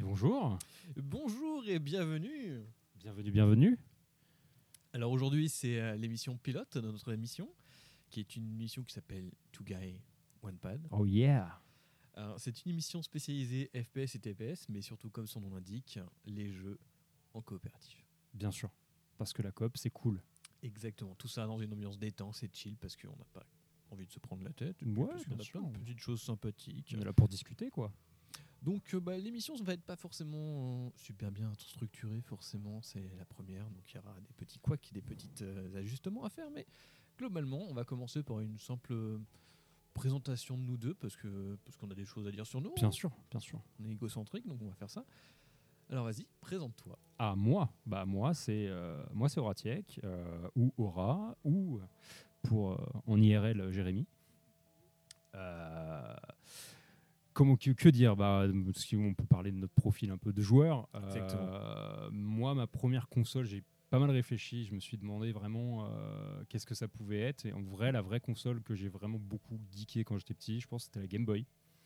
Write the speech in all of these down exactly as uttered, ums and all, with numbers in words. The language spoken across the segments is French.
Bonjour. Bonjour et bienvenue. Bienvenue, bienvenue. Alors aujourd'hui, c'est euh, l'émission pilote de notre émission, qui est une émission qui s'appelle Two Guy One Pad. Oh yeah. Alors, c'est une émission spécialisée F P S et T P S, mais surtout, comme son nom l'indique, les jeux en coopératif. Bien sûr, parce que la coop, c'est cool. Exactement. Tout ça dans une ambiance détente, c'est chill, parce qu'on n'a pas envie de se prendre la tête. Ouais, parce qu'on bien a sûr. plein de petites choses sympathiques. On est là pour discuter, quoi. Donc euh, bah, l'émission ne va être pas forcément euh, super bien structurée, forcément, c'est la première, donc il y aura des petits couacs, des petits euh, ajustements à faire, mais globalement, on va commencer par une simple euh, présentation de nous deux, parce que parce qu'on a des choses à dire sur nous. Bien hein. sûr, bien sûr. On est égocentrique, donc on va faire ça. Alors vas-y, présente-toi. Ah, moi Bah moi, c'est euh, moi c'est Horatiek, euh, ou Aura, ou pour euh, en I R L, Jérémy. Euh... Comment, que, que dire bah, si on peut parler de notre profil un peu de joueur. Euh, moi, ma première console, j'ai pas mal réfléchi. Je me suis demandé vraiment euh, qu'est-ce que ça pouvait être. Et en vrai, la vraie console que j'ai vraiment beaucoup geeké quand j'étais petit, je pense que c'était la Game Boy,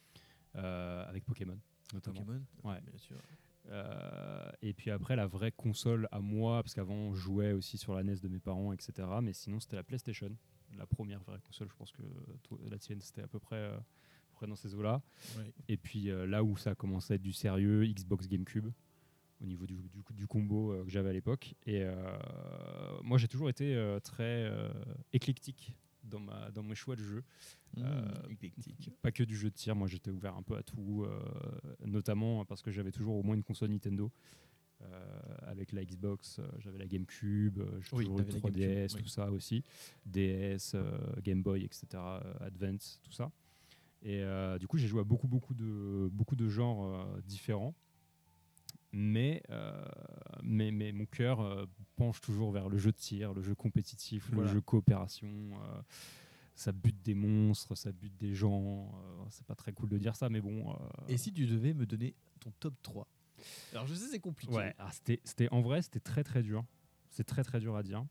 euh, avec Pokémon notamment. Pokémon Ouais. Bien sûr. Euh, et puis après, la vraie console à moi, parce qu'avant, je jouais aussi sur la N E S de mes parents, et cetera. Mais sinon, c'était la PlayStation. La première vraie console, je pense que toi, la tienne, c'était à peu près... Euh, dans ces eaux-là. Ouais. Et puis euh, là où ça a commencé à être du sérieux, Xbox GameCube, au niveau du, du, du combo euh, que j'avais à l'époque. Et euh, moi, j'ai toujours été euh, très euh, éclectique dans, ma, dans mes choix de jeux. Mmh, euh, éclectique. Pas que du jeu de tir, moi j'étais ouvert un peu à tout, euh, notamment parce que j'avais toujours au moins une console Nintendo. Euh, avec la Xbox, euh, j'avais la GameCube, euh, j'ai Oui, toujours eu le trois D S, GameCube, tout oui. ça aussi, D S, euh, Game Boy, et cetera, euh, Advance, tout ça. Et euh, du coup, j'ai joué à beaucoup, beaucoup de, beaucoup de genres euh, différents. Mais, euh, mais, mais mon cœur euh, penche toujours vers le jeu de tir, le jeu compétitif, Voilà. le jeu coopération. Euh, ça bute des monstres, ça bute des gens. Euh, c'est pas très cool de dire ça, mais bon. Euh, Et si tu devais me donner ton top trois? Alors je sais, c'est compliqué. Ouais, ah, c'était, c'était, en vrai, c'était très, très dur. C'est très, très dur à dire.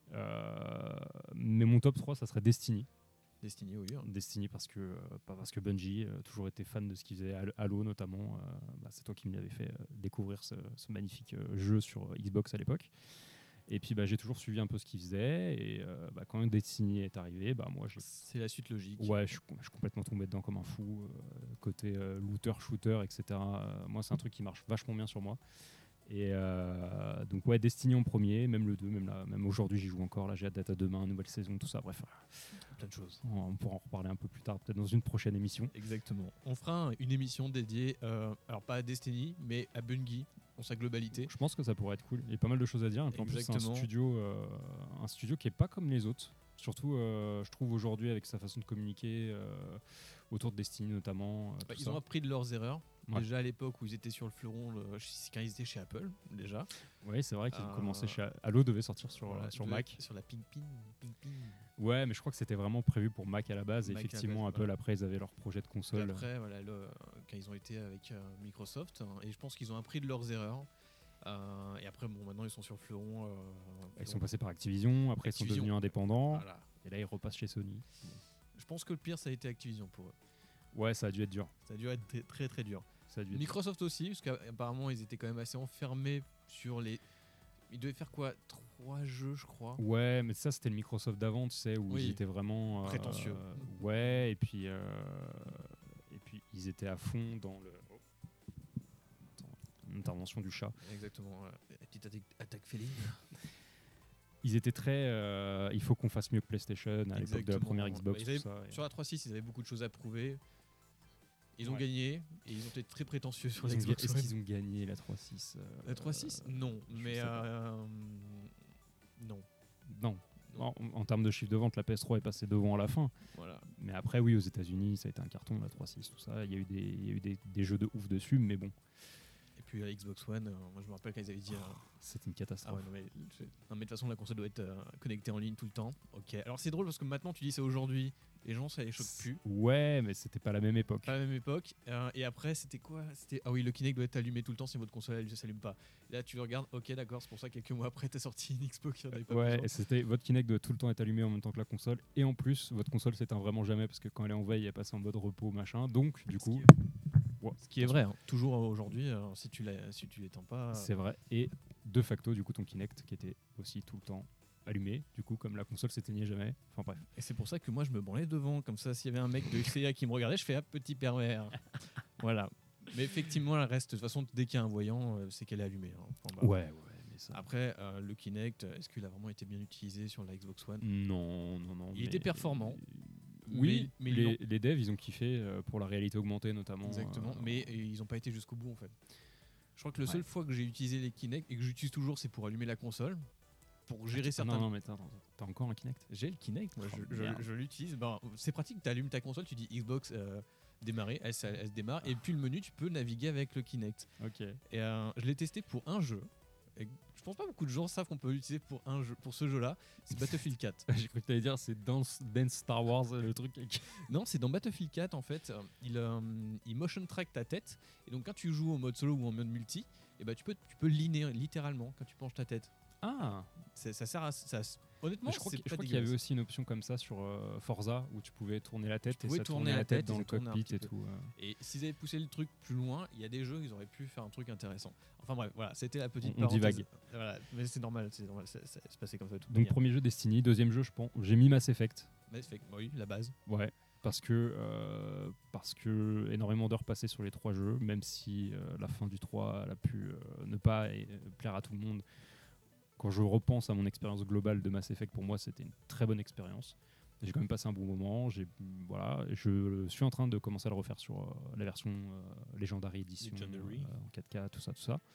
Euh, mais mon top trois, ça serait Destiny. Destiny, oui. Hein. Destiny parce que euh, pas parce que Bungie euh, toujours été fan de ce qu'ils faisaient, Halo notamment. Euh, bah, c'est toi qui me l'avais fait euh, découvrir ce, ce magnifique euh, jeu sur Xbox à l'époque. Et puis bah, j'ai toujours suivi un peu ce qu'ils faisaient. Et euh, bah, quand Destiny est arrivé, bah moi j'ai... c'est la suite logique. Ouais, je, je suis complètement tombé dedans comme un fou. Euh, côté euh, looter, shooter, et cetera. Euh, moi c'est un truc qui marche vachement bien sur moi. Et euh, donc ouais, Destiny en premier, même le deux, même, là, même aujourd'hui j'y joue encore, là j'ai hâte d'être à demain, nouvelle saison, tout ça, bref. Plein de choses. On, on pourra en reparler un peu plus tard, peut-être dans une prochaine émission. Exactement. On fera une émission dédiée, euh, alors pas à Destiny, mais à Bungie, dans sa globalité. Je pense que ça pourrait être cool, il y a pas mal de choses à dire, et puis en plus c'est un studio, euh, un studio qui est pas comme les autres. Surtout, euh, je trouve aujourd'hui avec sa façon de communiquer euh, autour de Destiny notamment. Euh, bah, ils ça. ont appris de leurs erreurs. Ouais. Déjà à l'époque où ils étaient sur le fleuron, le, quand ils étaient chez Apple, déjà. Oui, c'est vrai qu'ils euh, commençaient chez Halo devait sortir sur, voilà, sur de, Mac. Sur la Ping Ping. Ping Ping. Ouais, mais je crois que c'était vraiment prévu pour Mac à la base. Et Mac effectivement, base, Apple voilà. après, ils avaient leur projet de console. Et après, voilà, le, quand ils ont été avec euh, Microsoft, hein, et je pense qu'ils ont appris de leurs erreurs. Euh, et après, bon, maintenant ils sont sur le fleuron. Euh, ils sont passés par Activision, après Activision. ils sont devenus indépendants. Voilà. Et là, ils repassent chez Sony. Je pense que le pire, ça a été Activision pour eux. Ouais, ça a dû être dur. Ça a dû être très très, très dur. Ça a dû être Microsoft dur. Aussi, parce qu'apparemment, ils étaient quand même assez enfermés sur les. Ils devaient faire quoi? Trois jeux, je crois. Ouais, mais ça, c'était le Microsoft d'avant, tu sais, où oui. ils étaient vraiment. Euh, prétentieux. Ouais, et puis, euh, et puis, ils étaient à fond dans le. L'intervention du chat. Exactement, euh, petite attaque, attaque féline. Ils étaient très. Euh, il faut qu'on fasse mieux que PlayStation à Exactement. l'époque de la première Xbox. Bah, avaient, tout ça, et... Sur la trois six, ils avaient beaucoup de choses à prouver. Ils ont ouais. gagné et ils ont été très prétentieux sur ils la ont Xbox. Est-ce qu'ils ont gagné la trois six euh, La trois six Non, mais. Euh, non. Non. En, en termes de chiffre de vente, la P S trois est passée devant à la fin. Voilà. Mais après, oui, aux États-Unis, ça a été un carton, la trois six, tout ça. Il y a eu des, il y a eu des, des jeux de ouf dessus, mais bon. Et puis la Xbox One, euh, moi je me rappelle quand ils avaient dit. Euh... Oh, c'était une catastrophe. Ah ouais, non, mais, non, mais de toute façon, la console doit être euh, connectée en ligne tout le temps. Ok. Alors c'est drôle parce que maintenant, tu dis ça aujourd'hui, les gens ça les choque plus. Ouais, mais c'était pas la même époque. Pas la même époque. Euh, et après, c'était quoi? C'était ah oui, le Kinect doit être allumé tout le temps si votre console elle ne s'allume pas. Et là, tu le regardes. Ok, d'accord. C'est pour ça que quelques mois après, t'as sorti une Xbox qui en avait pas ouais, besoin. et c'était votre Kinect doit tout le temps être allumé en même temps que la console. Et en plus, votre console s'éteint vraiment jamais parce que quand elle est en veille, elle passe en mode repos, machin. Donc, du coup. Ouais, Ce qui est vrai, hein. Toujours aujourd'hui, alors, si tu l'as, si tu l'étends pas. C'est vrai. Et de facto, du coup, ton Kinect qui était aussi tout le temps allumé, du coup, comme la console s'éteignait jamais. Enfin bref. Et c'est pour ça que moi, je me branlais devant. Comme ça, s'il y avait un mec de X C A qui me regardait, je fais un petit pervers. Voilà. Mais effectivement, elle reste. De toute façon, dès qu'il y a un voyant, euh, c'est qu'elle est allumée. Hein. Enfin, bah, Ouais, ouais. Mais ça... Après, euh, le Kinect, est-ce qu'il a vraiment été bien utilisé sur la Xbox One ? Non, non, non. Il mais... était performant. Oui, mais, mais les, les devs, ils ont kiffé euh, pour la réalité augmentée notamment. Exactement. Euh... Mais ils n'ont pas été jusqu'au bout en fait. Je crois que le ouais. seul fois que j'ai utilisé les Kinect et que j'utilise toujours, c'est pour allumer la console. Pour gérer ah, certains. Non, non, mais t'as, t'as encore un Kinect ? J'ai le Kinect, moi, oh, je, je, je l'utilise. Ben, c'est pratique, tu allumes ta console, tu dis Xbox euh, démarrer, elle, elle, elle se démarre, et puis le menu, tu peux naviguer avec le Kinect. Ok. Et euh, je l'ai testé pour un jeu. Et je pense pas beaucoup de gens savent qu'on peut l'utiliser pour, un jeu, pour ce jeu-là. C'est Battlefield quatre. J'ai cru que t'allais dire c'est dans Dance Star Wars, le truc. Non, c'est dans Battlefield quatre en fait. Il, euh, il motion track ta tête. Et donc quand tu joues en mode solo ou en mode multi, et bah, tu peux, tu peux liner littéralement quand tu penches ta tête. Ah, c'est, ça sert à ça. Honnêtement, je crois, c'est je pas crois qu'il y avait aussi une option comme ça sur euh, Forza où tu pouvais tourner la tête tu et pouvais ça tourner tournait la tête, tête dans le cockpit et peu. tout. Euh. Et s'ils avaient poussé le truc plus loin, il y a des jeux, ils auraient pu faire un truc intéressant. Enfin bref, voilà, c'était la petite on, on divague. Voilà, mais c'est normal, c'est normal, c'est, c'est, c'est passé comme ça. Tout Donc premier jeu Destiny, deuxième jeu, je pense, j'ai mis Mass Effect. Mass Effect, oui, la base. Ouais. Parce que, euh, parce que énormément d'heures passées sur les trois jeux, même si euh, la fin du trois a pu euh, ne pas euh, plaire à tout le monde. Quand je repense à mon expérience globale de Mass Effect, pour moi, c'était une très bonne expérience. J'ai quand même passé un bon moment. J'ai, voilà, je suis en train de commencer à le refaire sur euh, la version euh, Legendary Edition, Legendary. Euh, en quatre K, tout ça, tout ça.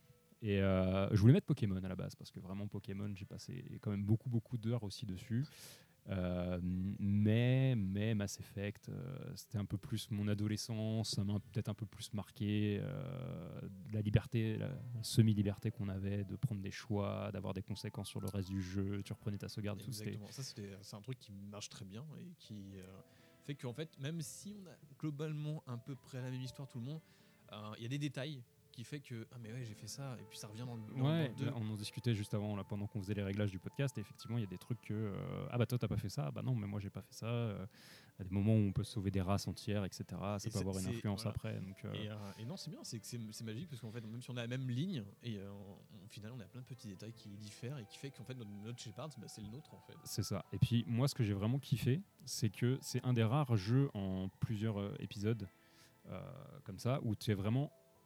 Et euh, je voulais mettre Pokémon à la base, parce que vraiment Pokémon, j'ai passé quand même beaucoup, beaucoup d'heures aussi dessus. Euh, mais, mais Mass Effect, euh, c'était un peu plus mon adolescence, ça m'a peut-être un peu plus marqué, euh, la liberté, la semi-liberté qu'on avait de prendre des choix, d'avoir des conséquences sur le reste du jeu, tu reprenais ta sauvegarde et tout. Exactement, ça c'était, c'est un truc qui marche très bien et qui euh, fait qu'en fait, même si on a globalement à peu près la même histoire tout le monde, il euh, y a des détails qui fait que ah mais ouais j'ai fait ça et puis ça revient dans le dans ouais dans le là, on en discutait juste avant là, pendant qu'on faisait les réglages du podcast et effectivement il y a des trucs que euh, ah bah toi t'as pas fait ça, bah non mais moi j'ai pas fait ça, euh, il y a des moments où on peut sauver des races entières etc, ça et peut avoir une influence voilà. Après donc, euh... et, euh, et non c'est bien, c'est que c'est, c'est magique parce qu'en fait même si on a la même ligne et euh, au final on a plein de petits détails qui diffèrent et qui fait qu'en fait notre, notre Shepard bah, c'est le nôtre en fait. C'est ça, et puis moi ce que j'ai vraiment kiffé c'est que c'est un des rares jeux en plusieurs euh, épisodes euh, comme ça où tu es vraiment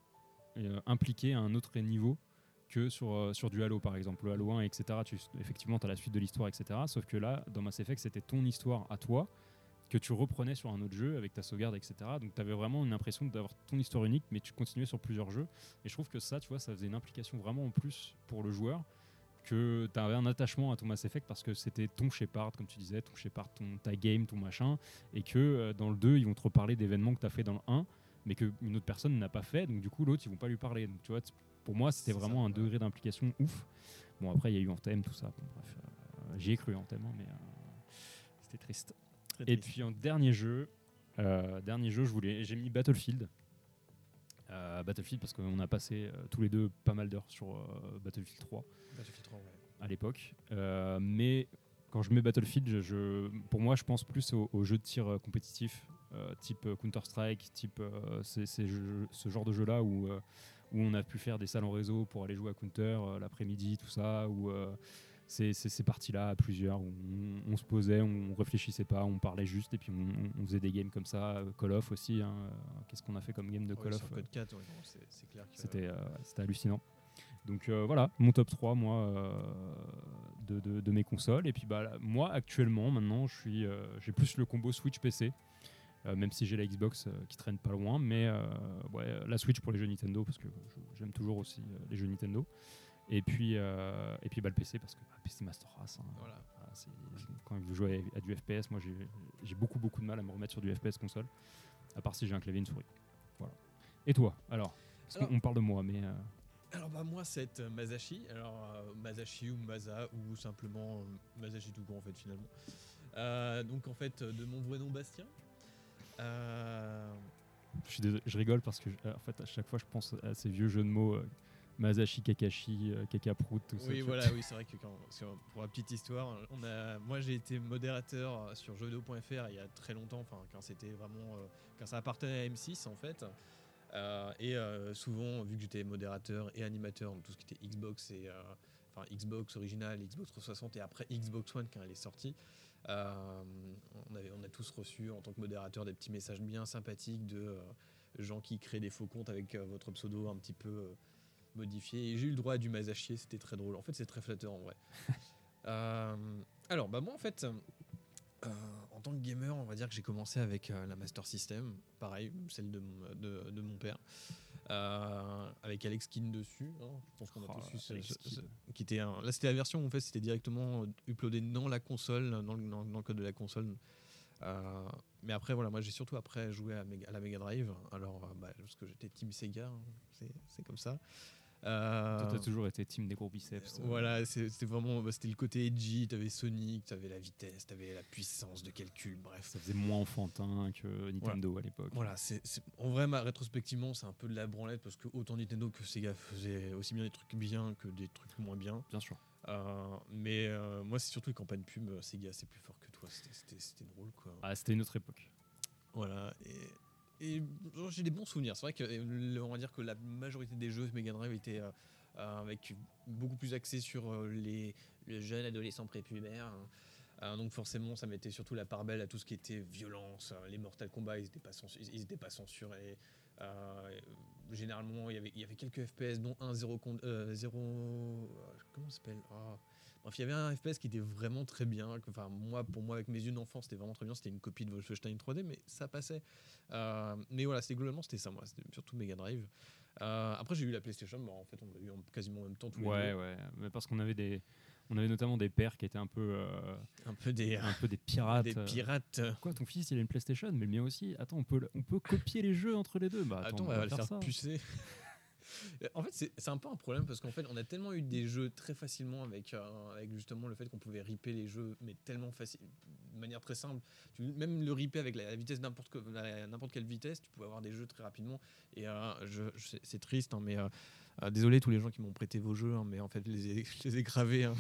Euh, impliqué à un autre niveau que sur, euh, sur du Halo par exemple, le Halo un, et cetera. Tu, effectivement, tu as la suite de l'histoire, et cetera. Sauf que là, dans Mass Effect, c'était ton histoire à toi que tu reprenais sur un autre jeu avec ta sauvegarde, et cetera. Donc tu avais vraiment une impression d'avoir ton histoire unique, mais tu continuais sur plusieurs jeux. Et je trouve que ça, tu vois, ça faisait une implication vraiment en plus pour le joueur, que tu avais un attachement à ton Mass Effect parce que c'était ton Shepard, comme tu disais, ton Shepard, ton, ta game, ton machin, et que euh, dans le deux, ils vont te reparler d'événements que tu as fait dans le un, mais qu'une autre personne n'a pas fait, donc du coup l'autre ils vont pas lui parler. Donc tu vois, pour moi c'était c'est vraiment ça, un ouais. degré d'implication ouf. Bon après il y a eu Anthem, tout ça, bon, bref, euh, j'y ai cru Anthem, hein, mais euh, c'était triste. Très Et triste. Puis en dernier jeu, euh, dernier jeu je voulais, j'ai mis Battlefield. Euh, Battlefield parce qu'on a passé euh, tous les deux pas mal d'heures sur euh, Battlefield trois, Battlefield trois ouais. à l'époque. Euh, mais quand je mets Battlefield, je, je, pour moi je pense plus aux au jeux de tir euh, compétitifs. Euh, type euh, Counter-Strike, type euh, c'est, c'est jeux, ce genre de jeu-là où, euh, où on a pu faire des salles en réseau pour aller jouer à Counter euh, l'après-midi, tout ça, où euh, c'est, c'est ces parties-là à plusieurs, où on, on se posait, on réfléchissait pas, on parlait juste et puis on, on faisait des games comme ça. Call of aussi, hein, euh, qu'est-ce qu'on a fait comme game de Call ouais, of sur Code quatre, ouais, non, c'est, c'est clair que c'était, euh, c'était hallucinant. Donc euh, voilà, mon top trois moi euh, de, de, de mes consoles. Et puis bah, là, moi actuellement, maintenant, je suis, euh, j'ai plus le combo Switch P C. Euh, même si j'ai la Xbox euh, qui traîne pas loin, mais euh, ouais, la Switch pour les jeux Nintendo parce que je, j'aime toujours aussi euh, les jeux Nintendo. Et puis, euh, et puis bah, le P C parce que bah, P C Master Race. Hein, voilà. Voilà, c'est, quand vous jouez à, à du F P S, moi j'ai, j'ai beaucoup beaucoup de mal à me remettre sur du F P S console, à part si j'ai un clavier et une souris. Voilà. Et toi alors, parce alors qu'on parle de moi, mais. Euh... Alors bah moi c'est euh, Masashi, alors euh, Masashi ou Masa ou simplement euh, Masashi tout court en fait finalement. Euh, donc en fait de mon vrai nom Bastien. Euh... Je, suis désolé, je rigole parce que je, en fait à chaque fois je pense à ces vieux jeux de mots euh, Masashi, Kakashi, euh, Kakaprout, tout ça. Oui voilà, oui c'est vrai que quand, sur, pour la petite histoire, on a, moi j'ai été modérateur sur jeux vidéo point F R il y a très longtemps, enfin quand c'était vraiment, euh, quand ça appartenait à M six en fait. Euh, et euh, souvent, vu que j'étais modérateur et animateur dans tout ce qui était Xbox et euh, enfin Xbox original, Xbox trois cent soixante et après Xbox One quand elle est sortie, euh, on, avait, on a tous reçu en tant que modérateur des petits messages bien sympathiques de euh, gens qui créent des faux comptes avec euh, votre pseudo un petit peu euh, modifié. Et j'ai eu le droit à du masachier, c'était très drôle. En fait, c'est très flatteur en vrai. euh, alors, bah moi en fait. Euh, en tant que gamer, on va dire que j'ai commencé avec euh, la Master System, pareil, celle de mon, de, de mon père, euh, avec Alex Kidd dessus. Hein, je pense qu'on a Oh, tous eu ce, Alex ce- ce- Kidd. qui était un- là, c'était la version où en fait c'était directement euh, uploadé dans la console, dans le, dans, dans le code de la console. Euh, mais après, voilà, moi j'ai surtout après joué à, Mega- à la Mega Drive. Alors, euh, bah, parce que j'étais Team Sega, hein, c'est, c'est comme ça. Euh, Toi, t'as toujours été team des gros biceps. euh, voilà, c'est- c'était vraiment bah, c'était le côté edgy, t'avais Sonic, t'avais la vitesse, t'avais la puissance de calcul, bref. Ça faisait moins enfantin que Nintendo Voilà. à l'époque. Voilà, c'est, c'est- en vrai, ma, rétrospectivement, c'est un peu de la branlette parce que autant Nintendo que Sega faisaient aussi bien des trucs bien que des trucs moins bien. Bien sûr. Euh, mais euh, moi, c'est surtout les campagnes pub. euh, Sega, c'est plus fort que toi. C'était, c'était, c'était drôle, quoi. Ah, c'était une autre époque. Voilà. Et, et genre, j'ai des bons souvenirs. C'est vrai que euh, on va dire que la majorité des jeux Mega Drive étaient euh, euh, avec beaucoup plus axés sur euh, les, les jeunes adolescents prépubères. Hein. Euh, donc forcément, ça mettait surtout la part belle à tout ce qui était violence. Euh, les Mortal Kombat, ils n'étaient pas, censu- ils étaient pas censurés. Euh, généralement, il y avait, il y avait quelques F P S, dont un zéro... Euh, zéro euh, comment ça s'appelle oh. Bref, il y avait un F P S qui était vraiment très bien. Enfin, moi, pour moi, avec mes yeux d'enfant, c'était vraiment très bien. C'était une copie de Wolfenstein trois D, mais ça passait. Euh, mais voilà, c'était globalement, c'était ça, moi. C'était surtout Mega Drive. Euh, après, j'ai eu la PlayStation. Bon, en fait, on l'a eu en quasiment en même temps tous les Ouais, deux. ouais. Mais parce qu'on avait des, on avait notamment des pères qui étaient un peu, euh, Un peu des, un peu des pirates. des euh. pirates. Quoi, ton fils, il a une PlayStation, mais le mien aussi. Attends, on peut, le- on peut copier les jeux entre les deux. Bah attends, Attends, on on va, le faire, ça. pucer. En fait, c'est, c'est un peu un problème parce qu'en fait, on a tellement eu des jeux très facilement avec, euh, avec justement le fait qu'on pouvait ripper les jeux, mais tellement facile, de manière très simple. Tu, même le ripper avec la, la vitesse n'importe, que, la, n'importe quelle vitesse, tu pouvais avoir des jeux très rapidement. Et euh, je, je sais- c'est triste, hein, mais euh, euh, désolé tous les gens qui m'ont prêté vos jeux, hein, mais en fait, je les ai, je les ai gravés. Hein.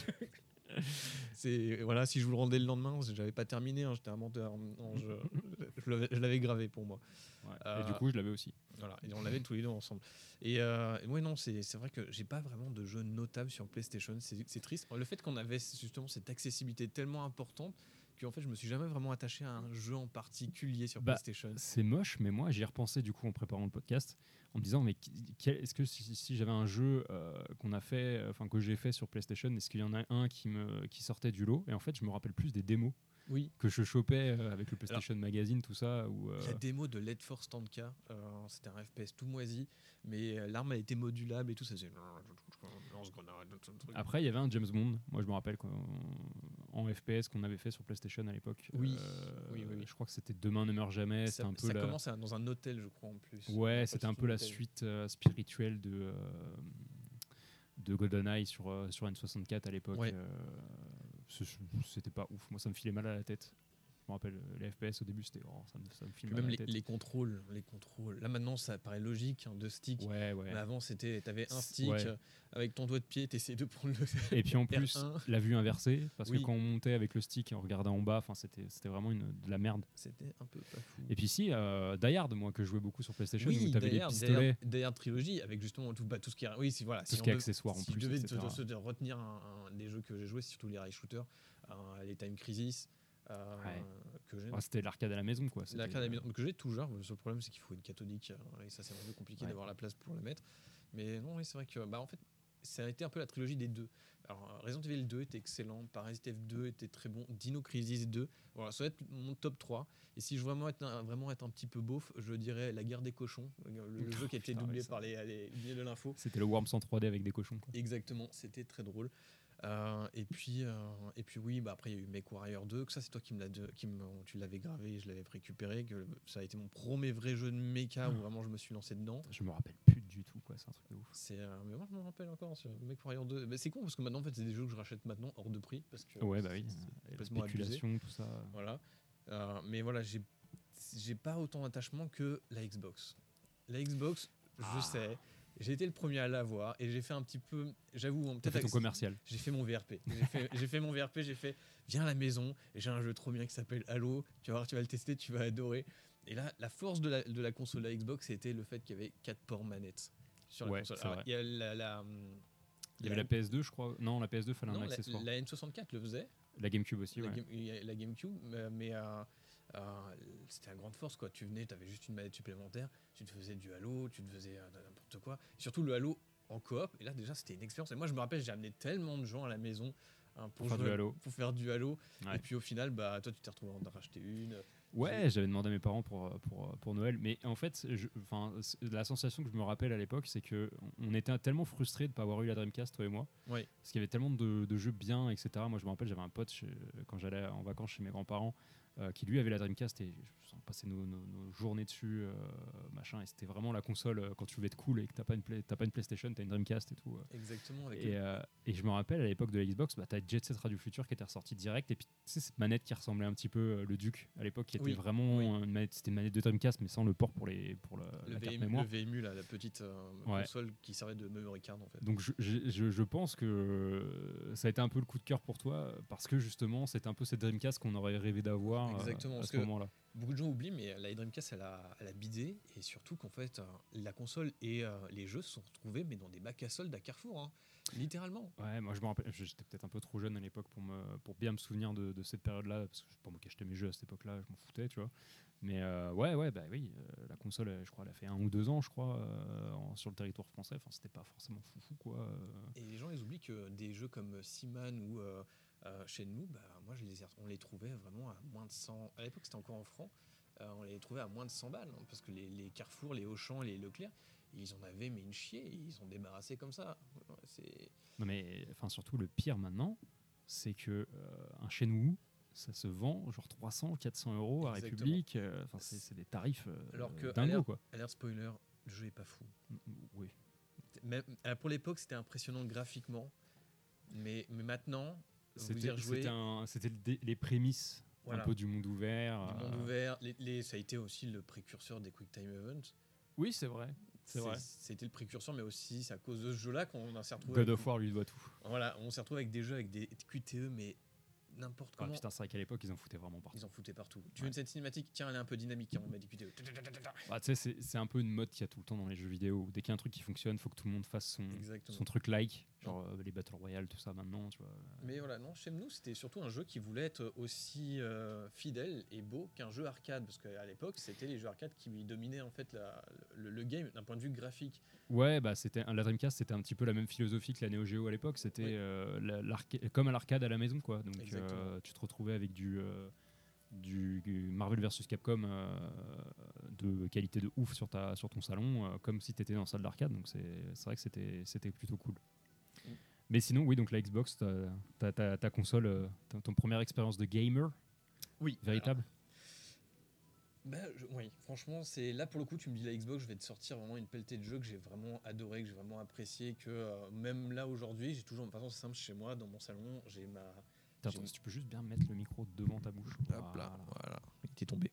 C'est, voilà, si je vous le rendais le lendemain, j'avais pas terminé, hein, j'étais un menteur. Non, je, je, l'avais, je l'avais gravé pour moi. Ouais. Euh, Et du coup, je l'avais aussi. Voilà, et on l'avait tous les deux ensemble. Et, euh, et ouais, non, c'est, c'est vrai que j'ai pas vraiment de jeux notables sur PlayStation. C'est, c'est triste. Le fait qu'on avait justement cette accessibilité tellement importante qu'en fait, je me suis jamais vraiment attaché à un jeu en particulier sur Bah, PlayStation. C'est moche, mais moi, j'y ai repensé du coup en préparant le podcast, en me disant, mais qui- quel- est-ce que si, si j'avais un jeu euh, qu'on a fait, enfin que j'ai fait sur PlayStation, est-ce qu'il y en a un qui me qui sortait du lot? Et en fait, je me rappelle plus des démos Oui. que je chopais euh, avec le PlayStation Magazine, tout ça. Où, euh, La démo de Let Force Tanka, euh, c'était un F P S tout moisi, mais euh, l'arme elle était modulable et tout, ça faisait lance-grenade, tout le truc. Après, il y avait un James Bond. Moi, je me rappelle qu'en- en F P S qu'on avait fait sur PlayStation à l'époque. Oui. Euh, Oui, oui, oui. Je crois que c'était Demain ne meurt jamais. Ça, C'était un peu ça la... commence à- dans un hôtel, je crois, en plus. Ouais, Pas c'était tout un peu la hôtel. suite euh, spirituelle de, euh, de GoldenEye sur, euh, sur N soixante-quatre à l'époque. Ouais. Euh, ce- c'était pas ouf. Moi, ça me filait mal à la tête. Je me rappelle, euh, les F P S au début, c'était. Oh, ça, me, ça me file Puis mal même à les, la tête. les contrôles, les contrôles. Là maintenant, ça paraît logique, hein, deux sticks. Ouais, ouais. Mais avant, c'était, t'avais un stick Ouais. euh, avec ton doigt de pied, t'essayais de prendre le. Et puis en plus, R un. la vue inversée, parce Oui. que quand on montait avec le stick et on regardait en bas, c'était c'était vraiment une, de la merde. C'était un peu pas fou. Et puis si, euh, Die Hard, moi, que je jouais beaucoup sur PlayStation, où oui, t'avais les d'ailleurs, pistolets, d'ailleurs, d'ailleurs, trilogie avec justement tout, bah, tout ce qui est. Oui, si, voilà, tout si ce on qui est dev- accessoire en si plus, je devais et te, cetera. te- te retenir un, un des jeux que j'ai joué, c'est surtout les rail shooters, euh, les Time Crisis. Euh, Ouais. que j'ai. Ouais, c'était l'arcade à la maison, quoi. C'était- L'arcade à la maison, que j'ai toujours. Le seul problème, c'est qu'il faut une cathodique. euh, Et ça, c'est un peu compliqué Ouais. d'avoir la place pour la mettre. Mais non, oui, c'est vrai que, bah, en fait, ça a été un peu la trilogie des deux. Alors, Resident Evil deux était excellent, Parasite F deux était très bon, Dino Crisis deux. Voilà, ça va être mon top trois. Et si je veux vraiment être un, vraiment être un petit peu beauf, je dirais La Guerre des cochons, le, le jeu qui a été Putain, doublé ouais, ça- par les, les, les de l'info. C'était le Worms en trois D avec des cochons, quoi. Exactement, c'était très drôle. Euh, et puis euh, et puis oui, bah après il y a eu MechWarrior deux, que ça c'est toi qui me l'as de- qui me, tu l'avais gravé et je l'avais récupéré, que ça a été mon premier vrai jeu de mecha où vraiment je me suis lancé dedans. Je me rappelle plus du tout, quoi. C'est un truc de ouf. C'est euh, mais moi je me rappelle encore sur MechWarrior deux. Mais c'est con parce que maintenant en fait c'est des jeux que je rachète maintenant hors de prix parce que Ouais, bah oui. c'est- c'est Et la complètement abusé. spéculation, tout ça. Voilà. Euh, mais voilà, j'ai j'ai pas autant d'attachement que la Xbox. La Xbox, je Ah. sais, j'ai été le premier à l'avoir et j'ai fait un petit peu, j'avoue, T'as peut-être fait ton avec- commercial. j'ai fait mon V R P. J'ai fait, j'ai fait mon V R P, j'ai fait viens à la maison et j'ai un jeu trop bien qui s'appelle Halo. Tu vas voir, tu vas le tester, tu vas adorer. Et là, la force de la, de la console la Xbox, c'était le fait qu'il y avait quatre ports manettes sur la Ouais, console. c'est Alors, vrai. il y a la, la, Il y avait la P S deux, je crois. Non, la P S deux, fallait non, un la, accessoire. la N soixante-quatre le faisait. La GameCube aussi, La, ouais. Game, la GameCube, mais, mais euh, euh, c'était à grande force, quoi. Tu venais, tu avais juste une manette supplémentaire, tu te faisais du Halo, tu te faisais euh, n'importe quoi. Et surtout le Halo en coop, et là déjà c'était une expérience. Et moi je me rappelle, j'ai amené tellement de gens à la maison hein, pour, pour, faire jouer, du Halo. pour faire du Halo. Ouais. Et puis au final, bah, toi tu t'es retrouvé en racheter une. Ouais, j'avais demandé à mes parents pour, pour, pour Noël. Mais en fait, je, la sensation que je me rappelle à l'époque, c'est qu'on était tellement frustrés de ne pas avoir eu la Dreamcast, toi et moi. Oui. Parce qu'il y avait tellement de, de jeux bien, et cetera. Moi, je me rappelle, j'avais un pote chez, quand j'allais en vacances chez mes grands-parents euh, qui lui avait la Dreamcast et on passait nos, nos, nos journées dessus, euh, machin. Et c'était vraiment la console euh, quand tu veux être cool et que tu n'as pas, pas une PlayStation, tu as une Dreamcast et tout. Exactement. Avec et, le... euh, et je me rappelle, à l'époque de la Xbox, bah, tu as Jet Set Radio Future qui était ressorti direct. Et puis, tu sais, cette manette qui ressemblait un petit peu euh, le Duke à l'époque, qui était oui. vraiment oui. une manette, c'était une manette de Dreamcast, mais sans le port pour, les, pour le, le la V M U, carte mémoire. Le V M U, là, la petite euh, ouais. console qui servait de memory card en fait. Donc je, je, je pense que ça a été un peu le coup de cœur pour toi, parce que justement, c'était un peu cette Dreamcast qu'on aurait rêvé d'avoir Exactement, euh, à parce ce moment-là. Beaucoup de gens oublient, mais la Dreamcast, elle a, elle a bidé, et surtout qu'en fait, euh, la console et euh, les jeux se sont retrouvés mais dans des bacs à soldes à Carrefour, hein, littéralement. Ouais, moi je me rappelle, j'étais peut-être un peu trop jeune à l'époque pour, me, pour bien me souvenir de, de cette période-là, parce que c'est pas moi qui achetais mes jeux à cette époque-là, je m'en foutais, tu vois. Mais euh, ouais, ouais, bah oui, euh, la console, je crois, elle a fait un ou deux ans, je crois, euh, en, sur le territoire français. Enfin, c'était pas forcément foufou, quoi. Euh. Et les gens, ils oublient que des jeux comme Seaman ou euh, euh, Shenmue, bah, moi, je les ai, on les trouvait vraiment à moins de cent. À l'époque, c'était encore en francs. Euh, on les trouvait à moins de cent balles, hein, parce que les, les Carrefour, les Auchan, les Leclerc, ils en avaient mais une chier, ils sont débarrassés comme ça. C'est... Non mais, enfin, surtout le pire maintenant, c'est que euh, un Shenmue, ça se vend genre trois cents, quatre cents euros à République. Enfin, euh, c'est, c'est des tarifs euh, alors que dingo, quoi. Alerte spoiler, le jeu est pas fou. Oui. Même, pour l'époque, c'était impressionnant graphiquement, mais, mais maintenant, c'était, vous y rejouez... c'était, un, c'était le, les prémices. Voilà. Un peu du monde ouvert. Du monde euh... ouvert. Les, les, ça a été aussi le précurseur des Quick Time Events. Oui, c'est vrai. C'est, c'est vrai. C'était le précurseur, mais aussi c'est à cause de ce jeu-là qu'on s'est retrouvé. God of War lui doit tout. Voilà, on s'est retrouvé avec des jeux avec des Q T E, mais n'importe comment. Ah, putain, c'est vrai qu'à l'époque, ils en foutaient vraiment partout. Ils en foutaient partout. Tu veux cette cinématique? Tiens, elle est un peu dynamique, hein, on m'a dit Q T E. Bah, tu sais, c'est, c'est un peu une mode qu'il y a tout le temps dans les jeux vidéo. Dès qu'il y a un truc qui fonctionne, il faut que tout le monde fasse son, son truc like. Genre euh, les Battle Royale, tout ça maintenant, tu vois. Mais voilà, non, chez nous, c'était surtout un jeu qui voulait être aussi euh, fidèle et beau qu'un jeu arcade. Parce qu'à l'époque, c'était les jeux arcade qui dominaient en fait la, le, le game d'un point de vue graphique. Ouais, bah c'était la Dreamcast, c'était un petit peu la même philosophie que la Neo Geo à l'époque. C'était oui. euh, comme à l'arcade à la maison, quoi. Donc euh, tu te retrouvais avec du, euh, du Marvel versus Capcom euh, de qualité de ouf sur, ta, sur ton salon, euh, comme si tu étais dans la salle d'arcade. Donc c'est, c'est vrai que c'était, c'était plutôt cool. Mm. Mais sinon, oui, donc la Xbox, ta, ta, ta, ta console, euh, ta, ton première expérience de gamer, oui, véritable. Alors... Bah, je, oui, franchement, c'est là pour le coup, tu me dis la Xbox, je vais te sortir vraiment une pelletée de jeux que j'ai vraiment adoré, que j'ai vraiment apprécié, que euh, même là aujourd'hui, j'ai toujours, de toute façon, c'est simple, chez moi, dans mon salon, j'ai ma. Attends, j'ai... si tu peux juste bien mettre le micro devant ta bouche. Hop voilà. là, voilà, il était tombé.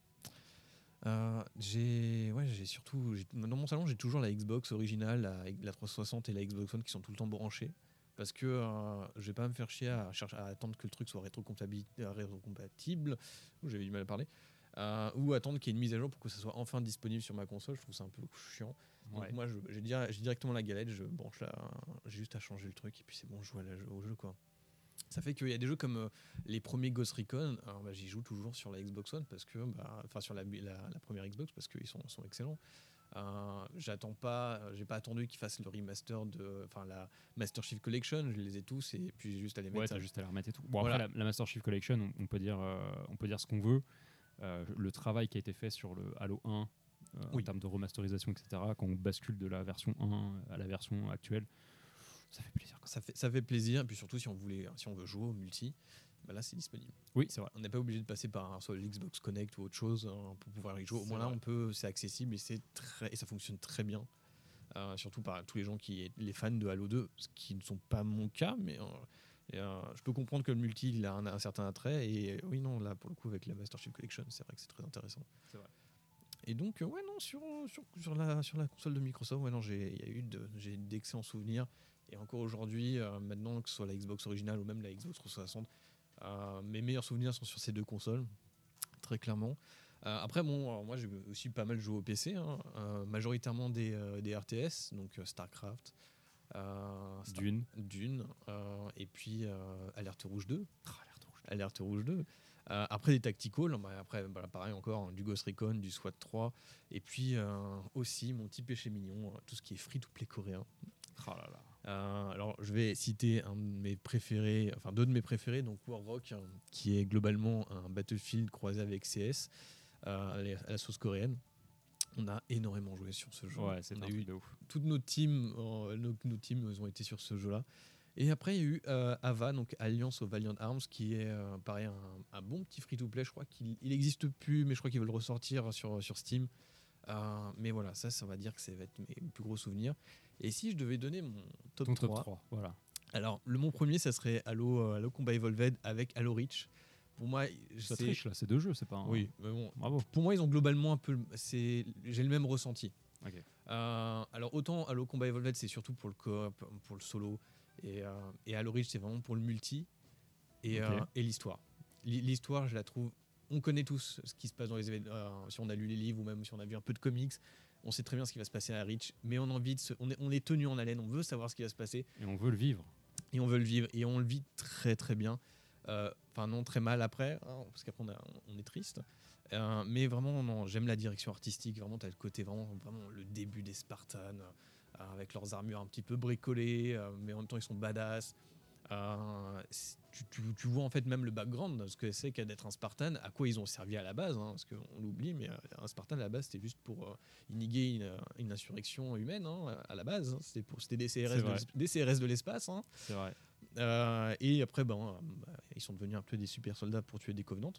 Euh, j'ai, ouais, j'ai surtout, j'ai, dans mon salon, j'ai toujours la Xbox originale, la, la trois cent soixante et la Xbox One qui sont tout le temps branchées. Parce que euh, je vais pas me faire chier à, chercher, à attendre que le truc soit rétrocompatible. J'avais du mal à parler. Euh, ou attendre qu'il y ait une mise à jour pour que ça soit enfin disponible sur ma console. Je trouve ça un peu chiant. Donc ouais. moi, je, j'ai, dire, j'ai directement la galette, je branche là, j'ai juste à changer le truc et puis c'est bon, je joue à la, au jeu, quoi. Ça fait qu'il y a des jeux comme euh, les premiers Ghost Recon, alors, bah, j'y joue toujours sur la Xbox One parce que, bah, enfin sur la, la, la première Xbox parce qu'ils sont, sont excellents. Euh, j'attends pas, j'ai pas attendu qu'ils fassent le remaster de, enfin la Master Chief Collection, je les ai tous et puis j'ai juste à les mettre. Ouais, t'as juste à les remettre et tout. Bon voilà. Après la, la Master Chief Collection, on, on peut dire, euh, on peut dire ce qu'on veut. Euh, le travail qui a été fait sur le Halo un euh, oui. en termes de remasterisation, et cetera. Quand on bascule de la version un à la version actuelle, ça fait plaisir. Quoi. Ça fait, ça fait plaisir. Et puis surtout si on voulait, si on veut jouer au multi. Bah là c'est disponible. Oui, c'est vrai. On n'est pas obligé de passer par un, soit l'Xbox Connect ou autre chose hein, pour pouvoir y jouer. Au c'est moins vrai. là on peut, c'est accessible et c'est très et ça fonctionne très bien. Euh, surtout par tous les gens qui les fans de Halo deux, ce qui ne sont pas mon cas, mais euh, et, euh, je peux comprendre que le multi il a un, un certain attrait et euh, oui non là pour le coup avec la Master Chief Collection c'est vrai que c'est très intéressant. C'est vrai. Et donc euh, ouais non sur sur sur la sur la console de Microsoft ouais non j'ai il y a eu de, j'ai d'excellents souvenirs et encore aujourd'hui euh, maintenant que ce soit la Xbox originale ou même la Xbox trois cent soixante. Euh, mes meilleurs souvenirs sont sur ces deux consoles, très clairement. Euh, après, bon, alors moi j'ai aussi pas mal joué au P C, hein, euh, majoritairement des, euh, des R T S, donc euh, StarCraft, euh, Star- Dune. Dune, euh, et puis euh, Alerte Rouge deux. Oh, Alerte Rouge. Alerte Rouge deux. Euh, après des tacticals, bah, après voilà, pareil encore, hein, du Ghost Recon, du SWAT trois, et puis euh, aussi mon petit péché mignon, tout ce qui est free-to-play coréen. Oh là là. Euh, alors je vais citer un de mes préférés, enfin deux de mes préférés, donc Warrock, hein, qui est globalement un Battlefield croisé avec C S euh, à la sauce coréenne. On a énormément joué sur ce jeu. Ouais, c'est on un a truc eu de ouf. toutes nos teams, euh, nos, nos teams ils ont été sur ce jeu-là. Et après, il y a eu euh, Ava, donc Alliance of Valiant Arms, qui est euh, pareil, un, un bon petit free-to-play. Je crois qu'il n'existe plus, mais je crois qu'ils veulent le ressortir sur, sur Steam. Euh, mais voilà, ça, ça va dire que ça va être mes plus gros souvenirs. Et si je devais donner mon top Ton trois, top trois, voilà. alors le mon premier, ça serait Halo, euh, Halo Combat Evolved avec Halo Reach. Pour moi, Ça c'est... triche là, c'est deux jeux, c'est pas un... Oui, mais bon, Bravo. pour moi, ils ont globalement un peu... C'est... J'ai le même ressenti. Ok. Euh, alors autant Halo Combat Evolved, c'est surtout pour le coop, pour le solo, et, euh, et Halo Reach, c'est vraiment pour le multi et, Ok. euh, et l'histoire. L- L'histoire, je la trouve... On connaît tous ce qui se passe dans les événements, euh, si on a lu les livres ou même si on a vu un peu de comics, on sait très bien ce qui va se passer à Reach, mais on a envie de se... on, est, on est tenu en haleine, on veut savoir ce qui va se passer. Et on veut le vivre. Et on veut le vivre, et on le vit très très bien. Enfin, euh, non, très mal après, hein, parce qu'après on, a, on est triste. Euh, mais vraiment, non, j'aime la direction artistique. Vraiment, tu as le côté, vraiment, vraiment le début des Spartans, euh, avec leurs armures un petit peu bricolées, euh, mais en même temps, ils sont badass. Euh, tu, tu, tu vois en fait même le background, ce que c'est qu'à d'être un Spartan, à quoi ils ont servi à la base, hein, parce qu'on l'oublie, mais euh, un Spartan à la base c'était juste pour euh, iniguer une, une insurrection humaine, hein, à la base, hein, c'était, pour, c'était des C R S, de, des C R S de l'espace. Hein. C'est vrai. Euh, et après, ben, euh, bah, ils sont devenus un peu des super soldats pour tuer des Covenants.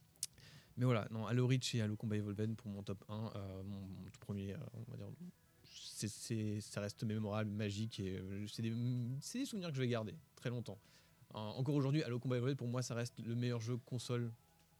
Mais voilà, non, Halo Reach et Halo Combat Evolved pour mon top un, euh, mon, mon tout premier, euh, on va dire, c'est, c'est, ça reste mémorable, magique, et euh, c'est, des, c'est des souvenirs que je vais garder très longtemps. Euh, encore aujourd'hui, Halo Combat Evolved, pour moi, ça reste le meilleur jeu console.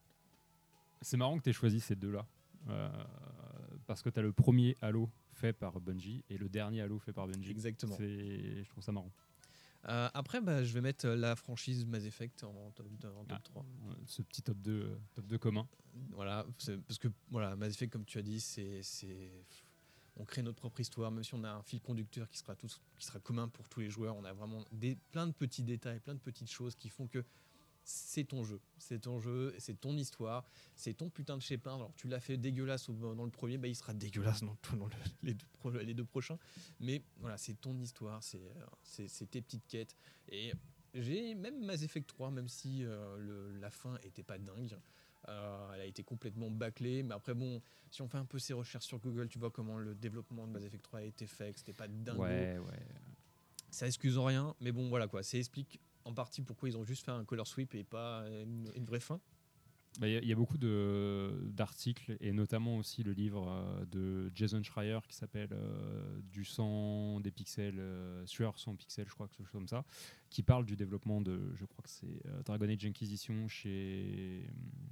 C'est marrant que tu aies choisi ces deux-là. Euh, parce que tu as le premier Halo fait par Bungie et le dernier Halo fait par Bungie. Exactement. C'est, je trouve ça marrant. Euh, après, bah, je vais mettre la franchise Mass Effect en top, en top ah, trois. Ce petit top deux, top deux commun. Voilà, c'est, parce que voilà, Mass Effect, comme tu as dit, c'est, c'est, on crée notre propre histoire, même si on a un fil conducteur qui sera, tous, qui sera commun pour tous les joueurs. On a vraiment des, plein de petits détails, plein de petites choses qui font que c'est ton jeu, c'est ton jeu, c'est ton histoire, c'est ton putain de Shepard. Alors tu l'as fait dégueulasse dans le premier, bah il sera dégueulasse dans, dans le, les, deux pro, les deux prochains. Mais voilà, c'est ton histoire, c'est, c'est, c'est tes petites quêtes. Et j'ai même Mass Effect trois, même si euh, le, la fin était pas dingue. Euh, elle a été complètement bâclée, mais après bon, si on fait un peu ses recherches sur Google, tu vois comment le développement de Mass Effect trois a été fait, que c'était pas dingue. Ouais, ouais. Ça excuse rien, mais bon voilà quoi, ça explique en partie pourquoi ils ont juste fait un color sweep et pas une, une vraie fin. Il bah, y, y a beaucoup de, d'articles et notamment aussi le livre euh, de Jason Schreier qui s'appelle euh, Du sang, des pixels, euh, sueur sans pixels, je crois, quelque chose comme ça, qui parle du développement de, je crois que c'est euh, Dragon Age Inquisition chez,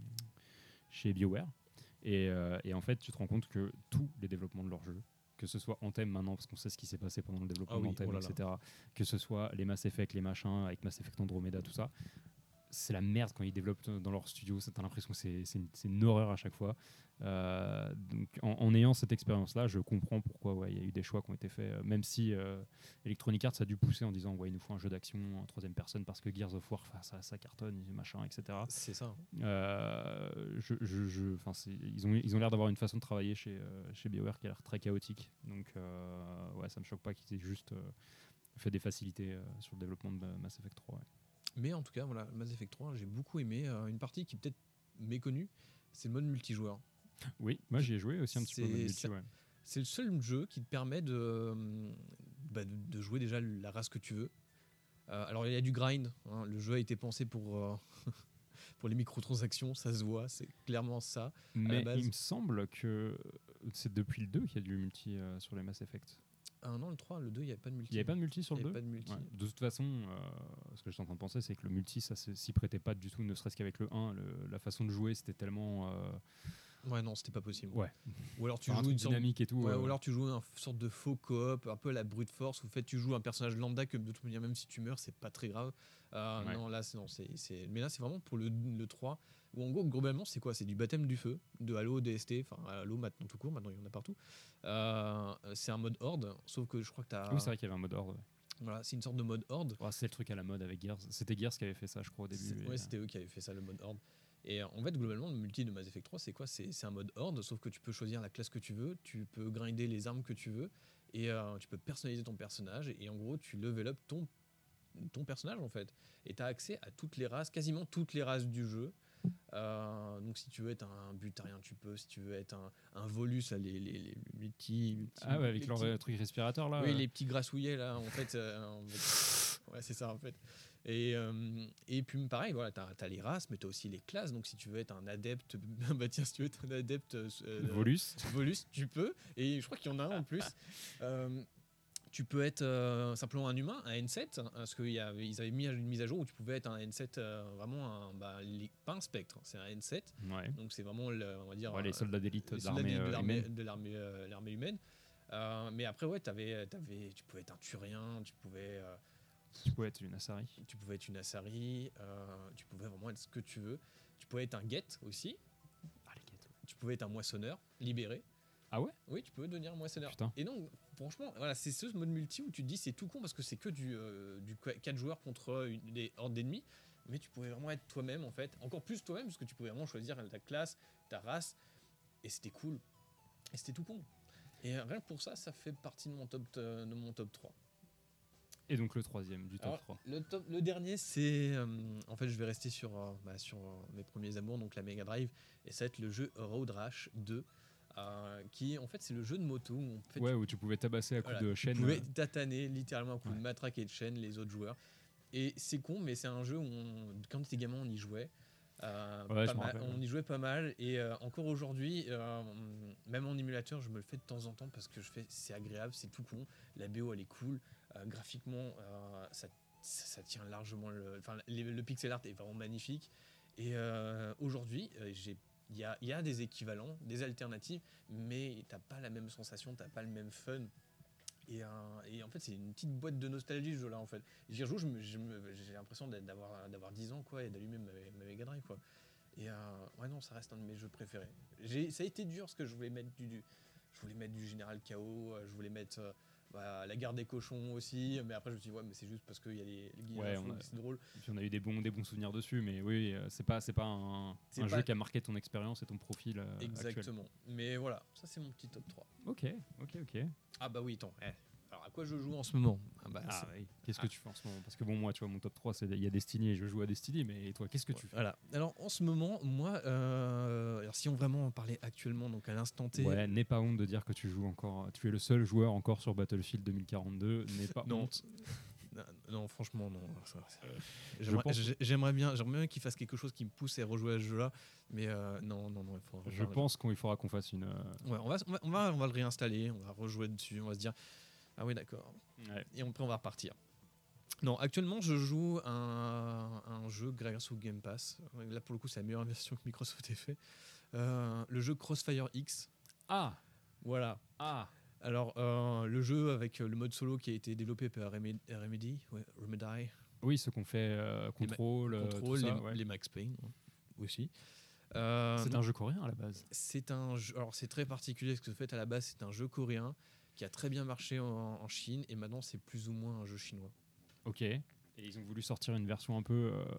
chez BioWare. Et, euh, et en fait, tu te rends compte que tous les développements de leur jeu, que ce soit Anthem maintenant, parce qu'on sait ce qui s'est passé pendant le développement ah oui, d'Anthem, oh et cetera, que ce soit les Mass Effect, les machins, avec Mass Effect Andromeda, tout ça, c'est la merde quand ils développent dans leur studio. T'as l'impression que c'est, c'est, une, c'est une horreur à chaque fois. Euh, donc en, en ayant cette expérience-là, je comprends pourquoi il ouais, y a eu des choix qui ont été faits. Euh, même si euh, Electronic Arts a dû pousser en disant ouais, il nous faut un jeu d'action en troisième personne parce que Gears of War, ça, ça cartonne, machin, et cetera. C'est ça. Euh, je, je, je, c'est, ils, ont, ils ont l'air d'avoir une façon de travailler chez, euh, chez BioWare qui a l'air très chaotique. Donc euh, ouais, ça me choque pas qu'ils aient juste euh, fait des facilités euh, sur le développement de Mass Effect trois. Ouais. Mais en tout cas, voilà, Mass Effect trois, j'ai beaucoup aimé. Euh, une partie qui est peut-être méconnue, c'est le mode multijoueur. Oui, moi j'y ai joué aussi un petit c'est, peu. Multi, ça, ouais. C'est le seul jeu qui te permet de, bah, de, de jouer déjà la race que tu veux. Euh, alors il y a du grind, hein, le jeu a été pensé pour, euh, pour les microtransactions, ça se voit, c'est clairement ça. Mais il me semble que c'est depuis le deux qu'il y a du multi euh, sur les Mass Effect. Ah non, le trois, le deux, il n'y avait pas de multi. Il n'y avait pas de multi sur le deux pas de, multi. Ouais. De toute façon, euh, ce que je suis en train de penser, c'est que le multi, ça s'y prêtait pas du tout, ne serait-ce qu'avec le un. Le, la façon de jouer, c'était tellement... Euh... Ouais, non, c'était pas possible. Ouais. Ou alors tu enfin, joues une dynamique sorte... et tout. Ouais, euh... ou alors tu joues une sorte de faux coop, un peu à la brute force, où en fait tu joues un personnage lambda que de toute manière, même si tu meurs, c'est pas très grave. Euh, ouais. Non, là, c'est, non, c'est, c'est... Mais là, c'est vraiment pour le, le trois. Où en gros, globalement, c'est quoi? C'est du baptême du feu, de Halo, D S T, enfin Halo maintenant tout court, maintenant il y en a partout. Euh, c'est un mode horde, sauf que je crois que t'as. Oui, c'est vrai qu'il y avait un mode horde. Ouais. Voilà, c'est une sorte de mode horde. Oh, c'est le truc à la mode avec Gears. C'était Gears qui avait fait ça, je crois, au début. C'est, ouais, c'était eux qui avaient fait ça, le mode horde. Et en fait, globalement, le multi de Mass Effect trois, c'est quoi? c'est, c'est un mode horde, sauf que tu peux choisir la classe que tu veux, tu peux grinder les armes que tu veux, et euh, tu peux personnaliser ton personnage, et en gros, tu level up ton, ton personnage, en fait. Et tu as accès à toutes les races, quasiment toutes les races du jeu. Euh, donc si tu veux être un butarien, tu peux. Si tu veux être un, un volus, là, les, les, les, les petits, les petits... Ah ouais, avec les leur petits... truc respirateur, là. Oui, euh... les petits grassouillets, là, en fait. Euh, en fait... Ouais, c'est ça, en fait. Et, euh, et puis pareil, voilà, t'as, t'as les races, mais t'as aussi les classes. Donc si tu veux être un adepte, bah tiens, si tu veux être un adepte euh, Volus, Volus, tu peux. Et je crois qu'il y en a un en plus. Euh, tu peux être euh, simplement un humain, un N sept, hein, parce qu'ils avaient mis une mise à jour où tu pouvais être un N sept, euh, vraiment un, bah, les, pas un spectre, c'est un N sept. Ouais. Donc c'est vraiment, le, on va dire, ouais, les soldats d'élite euh, de l'armée, de l'armée, humaine. de l'armée, euh, l'armée humaine. Euh, mais après, ouais, t'avais, t'avais, tu pouvais être un Turien, tu pouvais. Euh, Tu pouvais être une Asari. Tu pouvais être une Asari, euh, tu pouvais vraiment être ce que tu veux. Tu pouvais être un Geth aussi. Ah, les Geth, ouais. Tu pouvais être un moissonneur, libéré. Ah ouais? Oui, tu pouvais devenir un moissonneur. Putain. Et donc, franchement, voilà, c'est ce mode multi où tu te dis c'est tout con parce que c'est que du, euh, du quatre joueurs contre une, des hordes d'ennemis. Mais tu pouvais vraiment être toi-même, en fait. Encore plus toi-même, parce que tu pouvais vraiment choisir ta classe, ta race. Et c'était cool. Et c'était tout con. Et rien que pour ça, ça fait partie de mon top, de mon top trois. Et donc le troisième du top Alors, trois. Le, top, le dernier, c'est... Euh, en fait, je vais rester sur, euh, bah, sur euh, mes premiers amours, donc la Mega Drive. Et ça va être le jeu Road Rash deux. Euh, qui, en fait, c'est le jeu de moto. Où, en fait, ouais, où tu pouvais tabasser à coups voilà, de chaîne. Tu pouvais euh... tataner littéralement à coups ouais. de matraque et de chaîne les autres joueurs. Et c'est con, mais c'est un jeu où, on, quand on était gamin, on y jouait. Euh, ouais, pas mal, rappelle, on ouais. y jouait pas mal. Et euh, encore aujourd'hui, euh, même en émulateur, je me le fais de temps en temps parce que je fais, c'est agréable, c'est tout con. La B O, elle est cool. Euh, graphiquement, euh, ça, ça, ça tient largement. Le, enfin, le, le pixel art est vraiment magnifique. Et euh, aujourd'hui, euh, j'ai il y a, y a des équivalents, des alternatives, mais t'as pas la même sensation, t'as pas le même fun. Et, euh, et en fait, c'est une petite boîte de nostalgie ce jeu-là. En fait, j'y rejoue, je me, je me, j'ai l'impression d'avoir, d'avoir dix ans quoi, et d'allumer ma, ma Mega Drive quoi. Et euh, ouais non, ça reste un de mes jeux préférés. J'ai, ça a été dur parce que je voulais mettre du, du je voulais mettre du Général K O, je voulais mettre euh, bah, la guerre des cochons aussi, mais après je me suis dit ouais mais c'est juste parce qu'il y a les, les guillemets, ouais, c'est drôle. Et puis on a eu des bons, des bons souvenirs dessus, mais oui, c'est pas, c'est pas un, c'est un pas... jeu qui a marqué ton expérience et ton profil. Euh, Exactement. Actuel. Mais voilà, ça c'est mon petit top trois. Ok, ok, ok. Ah bah oui, attends. Eh. Alors à quoi je joue en ce moment? Ah bah, ah, oui. Qu'est-ce ah. que tu fais en ce moment? Parce que bon, moi, tu vois, mon top trois, c'est il y a Destiny et je joue à Destiny, mais toi, qu'est-ce que tu fais? Voilà. Alors en ce moment, moi, euh, alors si on vraiment en parlait actuellement, donc à l'instant T. Ouais, n'aie pas honte de dire que tu joues encore. Tu es le seul joueur encore sur Battlefield deux mille quarante-deux. N'aie pas non. honte. Non, non, franchement, non. Ça, euh, j'aimerais, pense... j'aimerais bien, j'aimerais bien qu'il fasse quelque chose qui me pousse à rejouer à ce jeu-là, mais euh, non, non, non. Il faudra je pense qu'il faudra qu'on fasse une. Euh... Ouais, on va, on va, on va, on va le réinstaller, on va rejouer dessus, on va se dire. Ah oui, d'accord. Ouais. Et après, on va repartir. Non, actuellement, je joue un, un jeu grâce au Game Pass. Là, pour le coup, c'est la meilleure version que Microsoft ait fait. Euh, le jeu Crossfire X. Ah Voilà. Ah Alors, euh, le jeu avec le mode solo qui a été développé par Remedy. Remedy, ouais, Remedy. Oui, ce qu'on fait euh, Control, les, ma- euh, Control tout ça, les, ouais. les Max Payne aussi. Euh, c'est un jeu coréen à la base. C'est un jeu, alors c'est très particulier ce que vous faites à la base. C'est un jeu coréen qui a très bien marché en, en Chine et maintenant c'est plus ou moins un jeu chinois. Ok. Et ils ont voulu sortir une version un peu euh,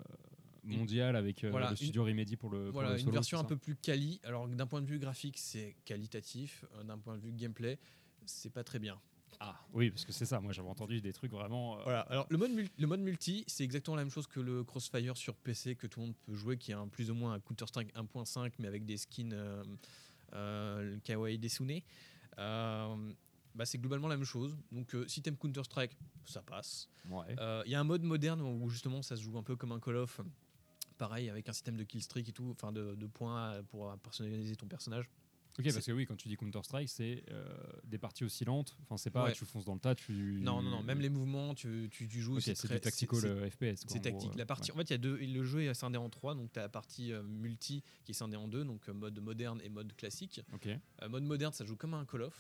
mondiale avec euh, voilà, le studio une, Remedy pour le pour voilà, le une solo, version un peu plus quali. Alors d'un point de vue graphique, c'est qualitatif. D'un point de vue gameplay, c'est pas très bien. Ah oui, parce que c'est ça. Moi, j'avais entendu des trucs vraiment. Euh... Voilà. Alors le mode multi, le mode multi, c'est exactement la même chose que le Crossfire sur P C que tout le monde peut jouer, qui est un, plus ou moins un Counter-Strike un point cinq, mais avec des skins euh, euh, Kawaii Desune. Euh, bah, c'est globalement la même chose. Donc euh, si t'aimes Counter-Strike, ça passe. Il ouais. euh, y a un mode moderne où justement ça se joue un peu comme un Call of. Pareil, avec un système de kill streak et tout, enfin de, de points pour personnaliser ton personnage. Ok, c'est... parce que oui, quand tu dis Counter-Strike, c'est euh, des parties oscillantes. Enfin, c'est pas ouais. tu fonces dans le tas, tu. Non, non, non. Même les mouvements, tu, tu, tu joues. Okay, c'est, c'est très, du tactical c'est, c'est, F P S. Quoi, c'est tactique. gros, la partie, ouais. En fait, il y a deux. Le jeu est scindé en trois. Donc, tu as la partie euh, multi qui est scindée en deux, donc euh, mode moderne et mode classique. Okay. Euh, mode moderne, ça joue comme un Call of.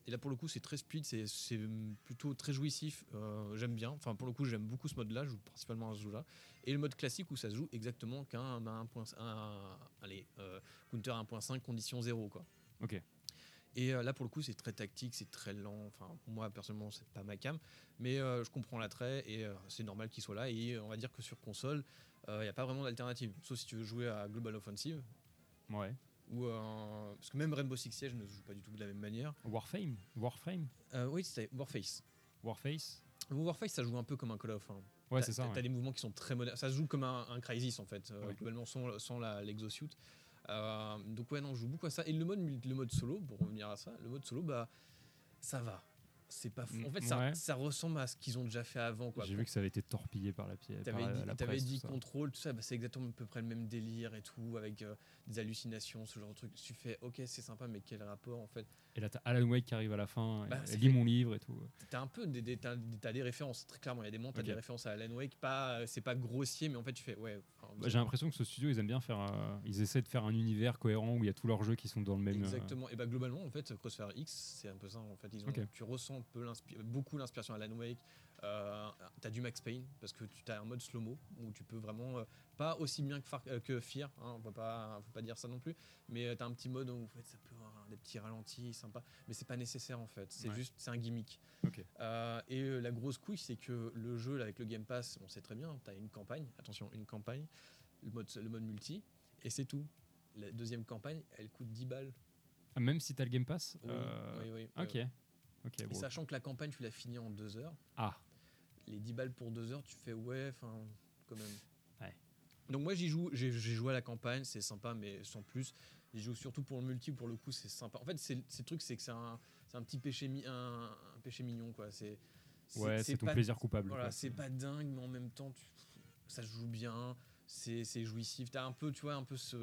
Et là, pour le coup, c'est très speed, c'est, c'est plutôt très jouissif. Euh, j'aime bien. Enfin, pour le coup, j'aime beaucoup ce mode-là. Je joue principalement à ce jeu-là. Et le mode classique où ça se joue exactement qu'à un, un, point, un, allez, euh, counter un point cinq, condition zéro, quoi. Ok. Et euh, là, pour le coup, c'est très tactique, c'est très lent. Enfin, moi, personnellement, c'est pas ma cam. Mais euh, je comprends l'attrait et euh, c'est normal qu'il soit là. Et on va dire que sur console, il euh, n'y a pas vraiment d'alternative. Sauf si tu veux jouer à Global Offensive. Ouais. Ou euh, parce que même Rainbow Six Siege ne se joue pas du tout de la même manière. Warframe Warframe euh, Oui, c'est Warface. Warface Warface, ça joue un peu comme un Call of. Hein. Ouais, t'as, c'est ça. T'as, ouais. t'as des mouvements qui sont très modernes. Ça se joue comme un, un Crysis en fait, euh, Ouais. globalement sans, sans la, l'exosuit. Euh, donc ouais, non, je joue beaucoup à ça. Et le mode, le mode solo, pour revenir à ça, le mode solo, bah, ça va. C'est pas fou. En fait, ça, Ouais. ça ressemble à ce qu'ils ont déjà fait avant. Quoi. J'ai vu que ça avait été torpillé par la pièce. T'avais par dit, la, la t'avais presse, dit tout ça. contrôle, tout ça, bah, c'est exactement à peu près le même délire et tout, avec euh, des hallucinations, ce genre de truc. Tu fais, ok, c'est sympa, mais quel rapport en fait? Et là, t'as Alan Wake qui arrive à la fin, Bah, et, ça et lit fait- mon livre et tout. T'as un peu des, des, t'as, t'as des références, très clairement. Il y a des moments, t'as Ok. des références à Alan Wake, pas, c'est pas grossier, mais en fait, tu fais, ouais. enfin, Bah, j'ai l'impression que ce studio, ils aiment bien faire. Euh, ils essaient de faire un univers cohérent où il y a tous leurs jeux qui sont dans le même. euh, Exactement. Et bah globalement, en fait, Crossfire X, c'est un peu ça. En fait, ils ont, Ok. tu ressens un peu l'inspi- beaucoup l'inspiration à Alan Wake. Euh, t'as du Max Payne parce que tu as un mode slow-mo où tu peux vraiment euh, pas aussi bien que, Far, euh, que Fear. Hein, on va pas, faut pas dire ça non plus. Mais euh, t'as un petit mode où en fait, ça peut avoir des petits ralentis, sympa. Mais c'est pas nécessaire en fait. C'est Ouais. juste, c'est un gimmick. Ok. Euh, et euh, la grosse couille, c'est que le jeu là, avec le Game Pass, on sait très bien. T'as une campagne. Attention, une campagne. Le mode, le mode multi. Et c'est tout. La deuxième campagne, elle coûte dix balles. Ah, même si t'as le Game Pass Oui, euh, oui, oui, Ok. oui. Ok. Et Bon. sachant que la campagne, tu l'as finie en deux heures, Ah. les dix balles pour deux heures, tu fais ouais, enfin, quand même. Ouais. Donc moi, j'y joue, j'ai, j'ai joué à la campagne, c'est sympa, mais sans plus. J'y joue surtout pour le multi, pour le coup, c'est sympa. En fait, c'est, c'est le truc, c'est que c'est un, c'est un petit péché, mi- un, un péché mignon, quoi. C'est, c'est, Ouais, c'est, ton pas- plaisir coupable. Voilà, quoi. c'est pas dingue, mais en même temps, tu- ça se joue bien, c'est, c'est jouissif. T'as un peu, tu vois, un peu ce.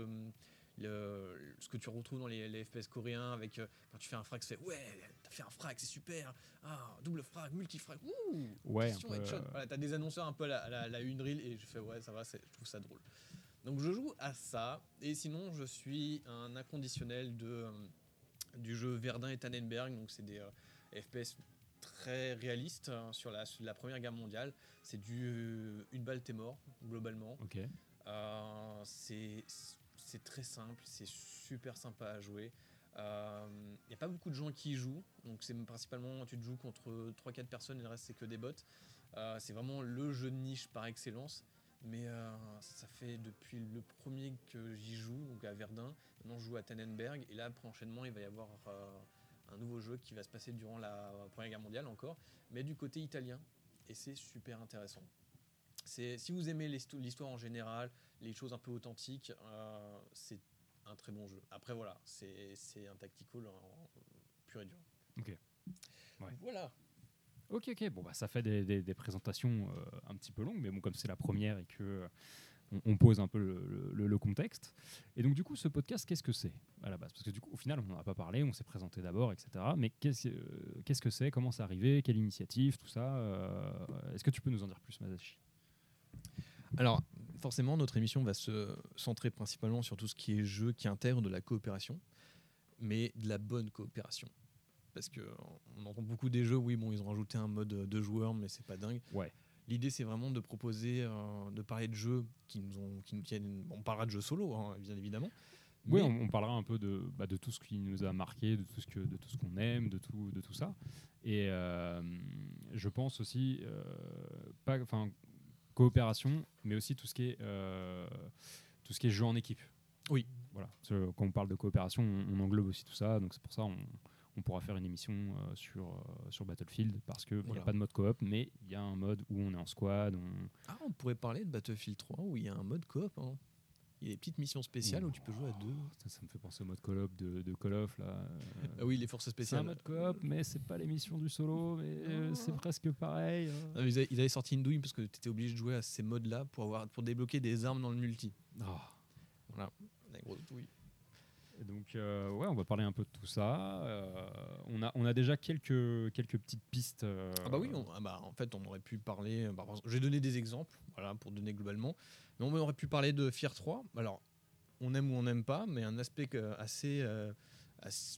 Le, ce que tu retrouves dans les, les F P S coréens avec euh, quand tu fais un frag, tu fais ouais, t'as fait un frag, c'est super, ah, double frag, multi-frag, ouh, Ouais, question un peu, headshot. euh, Voilà, t'as des annonceurs un peu à la, à la, à la Unreal et je fais ouais, ça va, c'est, je trouve ça drôle. Donc je joue à ça et sinon je suis un inconditionnel de, euh, du jeu Verdun et Tannenberg, donc c'est des euh, F P S très réalistes hein, sur, la, sur la Première Guerre mondiale. C'est du euh, une balle t'es mort globalement. Ok. Euh, c'est c'est très simple, c'est super sympa à jouer. Il euh, n'y a pas beaucoup de gens qui y jouent, donc c'est principalement tu te joues contre trois quatre personnes et le reste c'est que des bots. Euh, c'est vraiment le jeu de niche par excellence, mais euh, ça fait depuis le premier que j'y joue, donc à Verdun. Maintenant je joue à Tannenberg et là après enchaînement il va y avoir euh, un nouveau jeu qui va se passer durant la Première Guerre mondiale encore, mais du côté italien et c'est super intéressant. C'est, si vous aimez l'histoire en général, les choses un peu authentiques, euh, c'est un très bon jeu. Après voilà, c'est, c'est un tactical en, en pur et dur. Ok. Ouais. Voilà. Ok, ok. Bon, bah, ça fait des, des, des présentations euh, un petit peu longues, mais bon, comme c'est la première et que euh, on, on pose un peu le, le, le contexte. Et donc, du coup, ce podcast, qu'est-ce que c'est à la base? Parce que du coup, au final, on n'en a pas parlé, on s'est présenté d'abord, et cetera. Mais qu'est-ce, euh, qu'est-ce que c'est? Comment c'est arrivé? Quelle initiative? Tout ça. Euh, est-ce que tu peux nous en dire plus, Masashi? Alors, forcément, notre émission va se centrer principalement sur tout ce qui est jeu qui intègre de la coopération, mais de la bonne coopération. Parce qu'on entend beaucoup des jeux, oui, bon, ils ont rajouté un mode de joueur, mais c'est pas dingue. Ouais. L'idée, c'est vraiment de proposer, euh, de parler de jeux qui nous, ont, qui nous tiennent. On parlera de jeux solo, hein, bien évidemment. Oui, mais... on, on parlera un peu de, bah, de tout ce qui nous a marqué, de tout ce, que, de tout ce qu'on aime, de tout, de tout ça. Et euh, je pense aussi, euh, pas, enfin, coopération, mais aussi tout ce qui est, euh, tout ce qui est jeu en équipe. Oui. Voilà. Quand on parle de coopération, on, on englobe aussi tout ça. Donc c'est pour ça on, on pourra faire une émission euh, sur, euh, sur Battlefield parce qu'il n'y Voilà. a pas de mode coop, mais il y a un mode où on est en squad. On... Ah, on pourrait parler de Battlefield trois où il y a un mode coop. Hein. Il y a des petites missions spéciales Ouh, où tu peux jouer à deux. Ça, ça me fait penser au mode coop de, de Call of. Là. Euh, ah oui, les forces c'est un spéciales. mode coop, mais c'est pas les missions du solo, mais euh, c'est presque pareil. Hein. Ah, ils, avaient, ils avaient sorti une douille parce que tu étais obligé de jouer à ces modes-là pour, avoir, pour débloquer des armes dans le multi. Oh. Voilà, la grosse douille. Et donc, euh, ouais, on va parler un peu de tout ça. Euh, on, a, on a déjà quelques, quelques petites pistes. Euh, ah bah oui, on, ah bah, en fait, on aurait pu parler... Bah, j'ai donné des exemples, voilà, pour donner globalement. Mais on aurait pu parler de Fear trois. Alors, on aime ou on n'aime pas, mais un aspect assez, euh, assez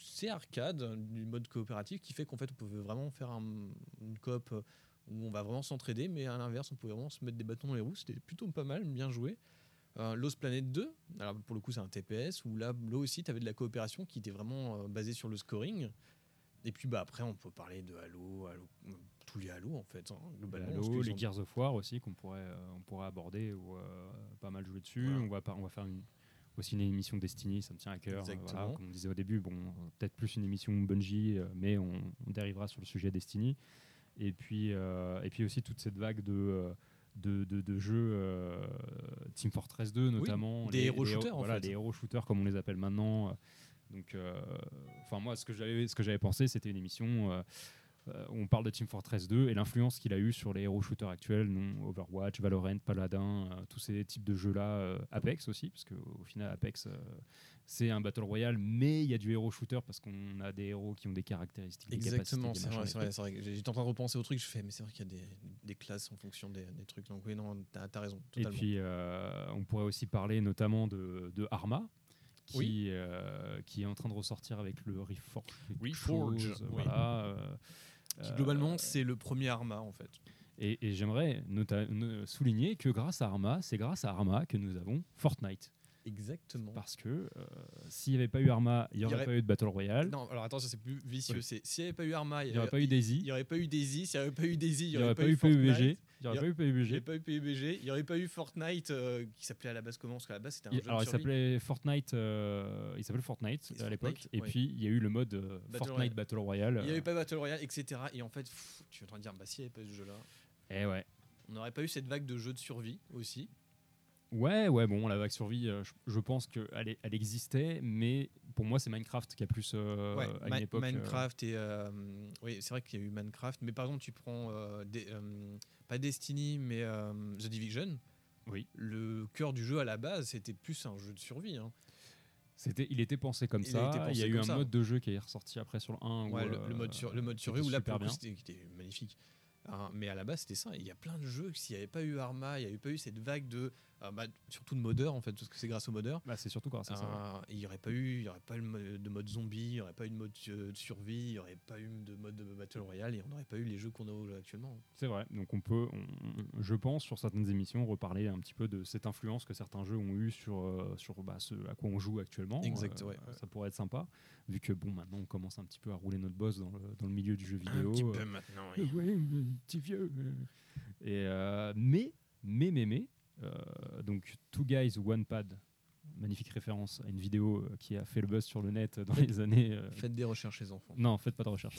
c'est arcade, du mode coopératif qui fait qu'en fait on pouvait vraiment faire un, une coop où on va vraiment s'entraider, mais à l'inverse on pouvait vraiment se mettre des bâtons dans les roues. C'était plutôt pas mal, bien joué. Euh, Lost Planet deux, alors pour le coup c'est un T P S où là, là aussi tu avais de la coopération qui était vraiment euh, basée sur le scoring. Et puis bah, après on peut parler de Halo, Halo tous les Halo en fait, hein, globalement. Halo, les Gears of War aussi qu'on pourrait, euh, on pourrait aborder ou euh, pas mal jouer dessus. Voilà. On, va par, on va faire une, aussi une émission Destiny, ça me tient à cœur. Euh, voilà, comme on disait au début, bon, peut-être plus une émission Bungie, euh, mais on, on dérivera sur le sujet Destiny. Et puis, euh, et puis aussi toute cette vague de... Euh, De, de, de jeux euh, Team Fortress deux notamment, oui, des héros shooters, voilà, en fait. les héros shooters comme on les appelle maintenant. Donc, enfin euh, moi, ce que j'avais, ce que j'avais pensé, c'était une émission euh, où on parle de Team Fortress deux et l'influence qu'il a eu sur les héros shooters actuels, non, Overwatch, Valorant, Paladin, euh, tous ces types de jeux-là, euh, Apex aussi, parce qu'au final Apex euh, c'est un battle royale, mais il y a du héros shooter parce qu'on a des héros qui ont des caractéristiques. Exactement, des c'est, vrai, c'est, vrai, c'est vrai. J'étais en train de repenser au truc, je fais, mais c'est vrai qu'il y a des, des classes en fonction des, des trucs. Donc oui, non, t'as, t'as raison. Totalement. Et puis euh, on pourrait aussi parler notamment de, de Arma. Qui, oui. euh, qui est en train de ressortir avec le Reforge. Reforge, chose, oui. Voilà. Euh, qui globalement, euh, c'est le premier Arma en fait. Et, et j'aimerais nota- ne souligner que grâce à Arma, c'est grâce à Arma que nous avons Fortnite. Exactement. Parce que euh, s'il n'y avait pas eu Arma, il n'y aurait, aurait pas eu de Battle Royale. Non, alors attention, c'est plus vicieux. Oui. C'est, s'il n'y avait pas eu Arma, il n'y aurait pas eu Daisy. Il n'y aurait pas eu Daisy. S'il n'y avait pas eu Daisy, il n'y aurait pas eu P U B G. Il n'y aurait pas eu P U B G. Il n'y aurait pas eu P U B G. Il n'y aurait pas eu Fortnite euh, qui s'appelait à la base comment ? Parce qu'à la base, c'était un il, jeu alors, de il s'appelait Fortnite, euh, il s'appelait Fortnite à l'époque. Fortnite, et ouais. Puis, il y a eu le mode euh, Battle Fortnite Royale. Battle Royale. Il n'y avait pas Battle Royale, et cetera. Et en fait, pff, tu es en train de dire, bah, s'il n'y avait pas ce jeu-là. Eh ouais. On n'aurait pas eu cette vague de jeux de survie aussi. Ouais, ouais, bon, la vague survie, euh, je, je pense qu'elle elle existait, mais pour moi, c'est Minecraft qui a plus euh, ouais, à une Ma- époque. Minecraft euh... et euh, oui, c'est vrai qu'il y a eu Minecraft, mais par exemple, tu prends euh, des, euh, pas Destiny, mais euh, The Division. Oui. Le cœur du jeu à la base, c'était plus un jeu de survie. Hein. C'était, il était pensé comme il ça. Pensé il y a eu un ça. mode de jeu qui est ressorti après sur le un. Ouais, où, le, euh, le mode sur, le mode survie où là, pour bien. Coup, c'était, c'était magnifique. Hein, mais à la base, c'était ça. Il y a plein de jeux que s'il n'y avait pas eu Arma, il n'y avait pas eu cette vague de. Euh, bah, surtout de modeurs, en fait, parce que c'est grâce aux modeurs. Bah, c'est surtout grâce à euh, ça. Il n'y aurait pas eu, il y aurait pas eu de mode zombie, il n'y aurait pas eu de mode de survie, il n'y aurait pas eu de mode Battle Royale et on n'aurait pas eu les jeux qu'on a actuellement. C'est vrai. Donc on peut, on, je pense, sur certaines émissions, reparler un petit peu de cette influence que certains jeux ont eu sur, euh, sur bah, ce à quoi on joue actuellement. Exact, euh, ouais, ouais. Ça pourrait être sympa, vu que bon, maintenant on commence un petit peu à rouler notre boss dans le, dans le milieu du jeu vidéo. Un petit peu maintenant, oui. Ouais, petit vieux. Et euh, mais, mais, mais, mais. Euh, donc Two Guys One Pad, magnifique référence à une vidéo euh, qui a fait le buzz sur le net dans les années. Euh... Faites des recherches les enfants. Non, faites pas de recherche.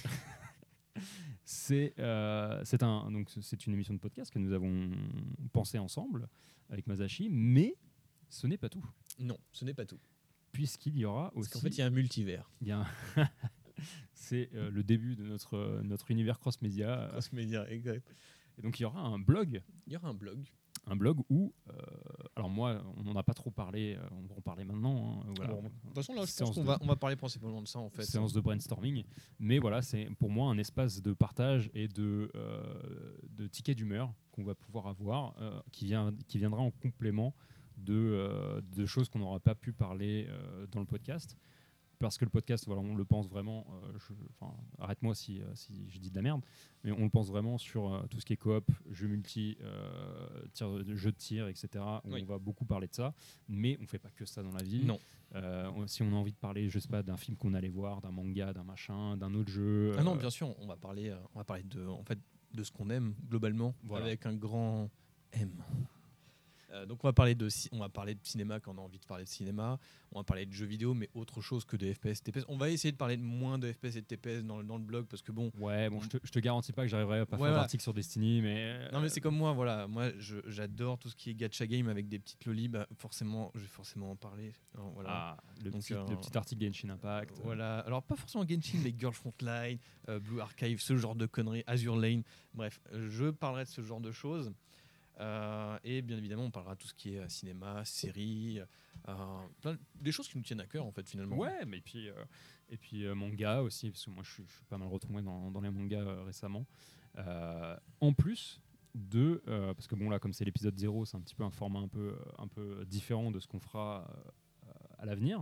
c'est euh, c'est un donc c'est une émission de podcast que nous avons pensé ensemble avec Masashi, mais ce n'est pas tout. Non, ce n'est pas tout. Puisqu'il y aura aussi. Parce qu'en fait, il y a un multivers. Il y a un c'est euh, le début de notre notre univers cross-média. Cross-média, exact. Et donc il y aura un blog. Il y aura un blog. Un blog où, euh, alors moi, on n'en a pas trop parlé, euh, on va en parler maintenant. Hein, voilà. Bon, de toute façon, là, je pense qu'on de, va, on va parler principalement de ça, en fait. Séance de brainstorming. Mais voilà, c'est pour moi un espace de partage et de, euh, de tickets d'humeur qu'on va pouvoir avoir, euh, qui, vient, qui viendra en complément de, euh, de choses qu'on n'aura pas pu parler euh, dans le podcast. Parce que le podcast, voilà, on le pense vraiment, euh, je, arrête-moi si, euh, si je dis de la merde, mais on le pense vraiment sur euh, tout ce qui est coop, jeux multi, euh, tir, jeux de tir, et cetera. Où oui. On va beaucoup parler de ça, mais on ne fait pas que ça dans la vie. Non. Euh, on, si on a envie de parler, je sais pas, d'un film qu'on allait voir, d'un manga, d'un machin, d'un autre jeu. Ah non, bien sûr, on va parler, euh, on va parler de, en fait, de ce qu'on aime globalement, voilà. Avec un grand M. Euh, donc on va parler de on va parler de cinéma quand on a envie de parler de cinéma, on va parler de jeux vidéo mais autre chose que de F P S T P S. On va essayer de parler de moins de F P S et de T P S dans le, dans le blog parce que bon ouais bon on... je, te, je te garantis pas que j'arriverai à pas ouais, faire voilà. d'article sur Destiny mais non mais c'est comme moi voilà moi je, j'adore tout ce qui est gacha game avec des petites lolis bah forcément je vais forcément en parler non, voilà. Ah, le, donc, petit, euh, le petit article Genshin Impact euh, voilà alors pas forcément Genshin mais Girl Frontline, euh, Blue Archive ce genre de conneries, Azure Lane bref je parlerai de ce genre de choses. Euh, et bien évidemment on parlera de tout ce qui est euh, cinéma, séries, euh, plein, des choses qui nous tiennent à cœur en fait finalement. Ouais mais puis, euh, et puis euh, manga aussi parce que moi je suis, je suis pas mal retrouvé dans, dans les mangas euh, récemment euh, en plus de euh, parce que bon là comme c'est l'épisode zéro c'est un petit peu un format un peu, un peu différent de ce qu'on fera euh, à l'avenir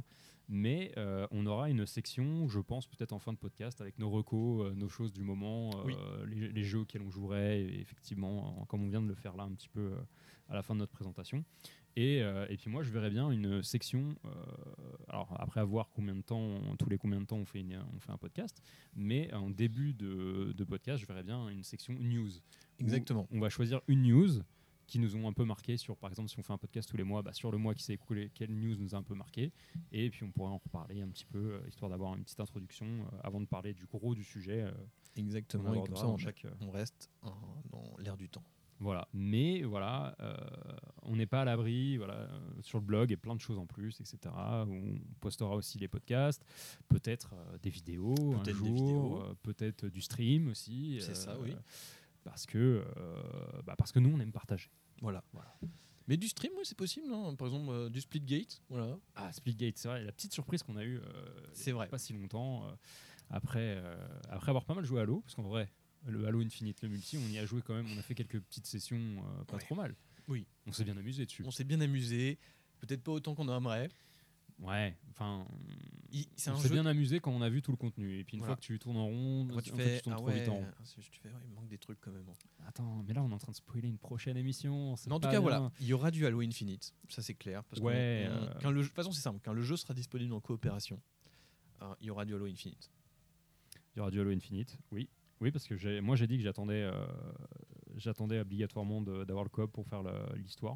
Mais euh, on aura une section, je pense, peut-être en fin de podcast, avec nos recos, euh, nos choses du moment, euh, Oui. les, les jeux auxquels on jouerait, et effectivement, en- comme on vient de le faire là un petit peu euh, à la fin de notre présentation. Et, euh, et puis moi, je verrais bien une section, euh, alors après avoir combien de temps, on- tous les combien de temps on fait, une- on fait un podcast, mais en début de, de podcast, je verrais bien une section news. Exactement. On va choisir une news qui nous ont un peu marqué sur, par exemple, si on fait un podcast tous les mois, bah, sur le mois qui s'est écoulé, quelle news nous a un peu marqué, et puis on pourrait en reparler un petit peu, euh, histoire d'avoir une petite introduction euh, avant de parler du gros du sujet. euh, Exactement. qu'on Et comme ça, abordera on, dans chaque, euh, on reste en- dans l'air du temps. Voilà, mais voilà, euh, on n'est pas à l'abri. Voilà, euh, sur le blog, il y a plein de choses en plus, et cetera. On postera aussi les podcasts, peut-être euh, des vidéos un Peut-être jour, des vidéos. euh, peut-être du stream aussi. C'est ça, oui. Parce que, euh, bah, parce que nous, on aime partager. Voilà. Voilà. Mais du stream, oui, c'est possible. Hein. Par exemple, euh, du Splitgate. Voilà. Ah, Splitgate, c'est vrai, la petite surprise qu'on a eue euh, C'est il y a vrai. pas si longtemps, euh, après, euh, après avoir pas mal joué à Halo, parce qu'en vrai, le Halo Infinite, le multi, on y a joué quand même, on a fait quelques petites sessions euh, pas Ouais. trop mal. Oui. On s'est bien amusé dessus. On s'est bien amusé. Peut-être pas autant qu'on aimerait. Ouais, enfin, Il- c'est on un s'est jeu- bien amusé quand on a vu tout le contenu. Et puis une Voilà. fois que tu tournes en rond, Après, tu en fait, fais tu tournes ah trop ouais, vite en rond. tu fais ouais, il manque des trucs quand même. Attends, mais là, on est en train de spoiler une prochaine émission. c'est Mais en tout pas cas, bien. voilà, il y aura du Halo Infinite, ça c'est clair. Parce que Ouais, on- on- euh, quand le jeu- de toute façon, c'est simple. Quand le jeu sera disponible en coopération, euh, il y aura du Halo Infinite. Il y aura du Halo Infinite, oui. Oui, parce que j'ai- moi, j'ai dit que j'attendais, euh, j'attendais obligatoirement de- d'avoir le coop pour faire la- l'histoire.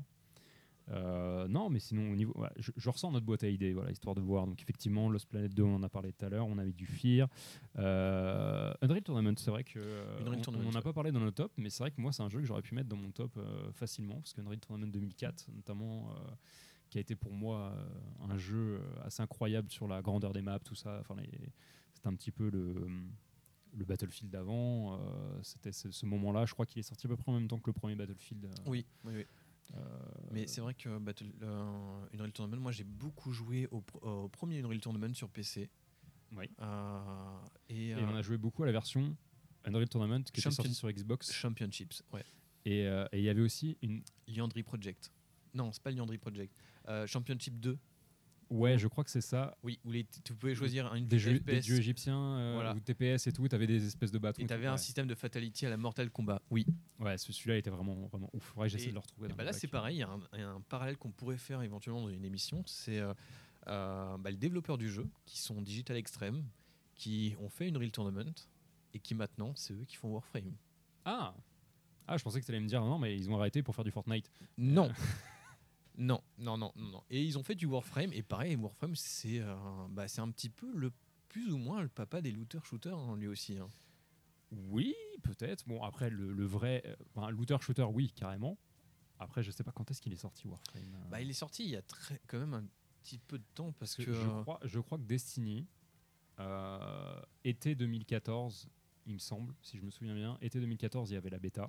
Euh, non, mais sinon, au niveau, ouais, je, je ressens notre boîte à idées, voilà, histoire de voir. Donc, effectivement, Lost Planet deux, on en a parlé tout à l'heure, on a mis du Fear. Euh, Unreal Tournament, c'est vrai que euh, Unreal on- Tournament, on n'en a ouais. pas parlé dans nos tops, mais c'est vrai que moi, c'est un jeu que j'aurais pu mettre dans mon top euh, facilement, parce qu'Unreal Tournament deux mille quatre, notamment, euh, qui a été pour moi euh, un jeu assez incroyable sur la grandeur des maps, tout ça. Enfin, les- c'était un petit peu le le Battlefield d'avant, euh, c'était ce, ce moment-là. Je crois qu'il est sorti à peu près en même temps que le premier Battlefield. euh, Oui, oui, oui. euh, Mais c'est vrai que Battle, euh, Unreal Tournament, moi j'ai beaucoup joué au, pr- au premier Unreal Tournament sur P C. Oui. Euh, et Et euh, on a joué beaucoup à la version Unreal Tournament qui était Champion- sortie sur Xbox. Championships, ouais. Et euh, et il y avait aussi une. Liandry Project. Non, c'est pas Liandry Project. Euh, Championship deux. Ouais, je crois que c'est ça. Oui, où les, tu pouvais choisir une Des jeux, F P des S dieux égyptiens euh, Voilà. ou T P S et tout. T'avais des espèces de bâtons. et et t'avais tout, un ouais. système de fatality à la Mortal Kombat. Oui. Ouais, ce- celui-là était vraiment, vraiment ouf. Faudrait que j'essaie Et- de le retrouver. Et dans bah mon là, bac. c'est pareil. Il y, a un- il y a un parallèle qu'on pourrait faire éventuellement dans une émission. C'est euh, euh, bah, les développeurs du jeu qui sont Digital Extreme, qui ont fait une Unreal Tournament et qui maintenant, c'est eux qui font Warframe. Ah Ah, je pensais que tu allais me dire non, mais ils ont arrêté pour faire du Fortnite. Non. non, non, non, non, non. Et ils ont fait du Warframe. Et pareil, Warframe, c'est euh, bah, c'est un petit peu le plus ou moins le papa des looter-shooters, hein, lui aussi. Hein. Oui, peut-être. Bon, après, le, le vrai. euh, Enfin, looter-shooter, oui, carrément. Après, je sais pas quand est-ce qu'il est sorti, Warframe. euh. Bah, il est sorti il y a très, quand même un petit peu de temps parce Parce que. que je, euh, crois, je crois que Destiny, euh, été deux mille quatorze, il me semble, si je me souviens bien, été deux mille quatorze, il y avait la bêta.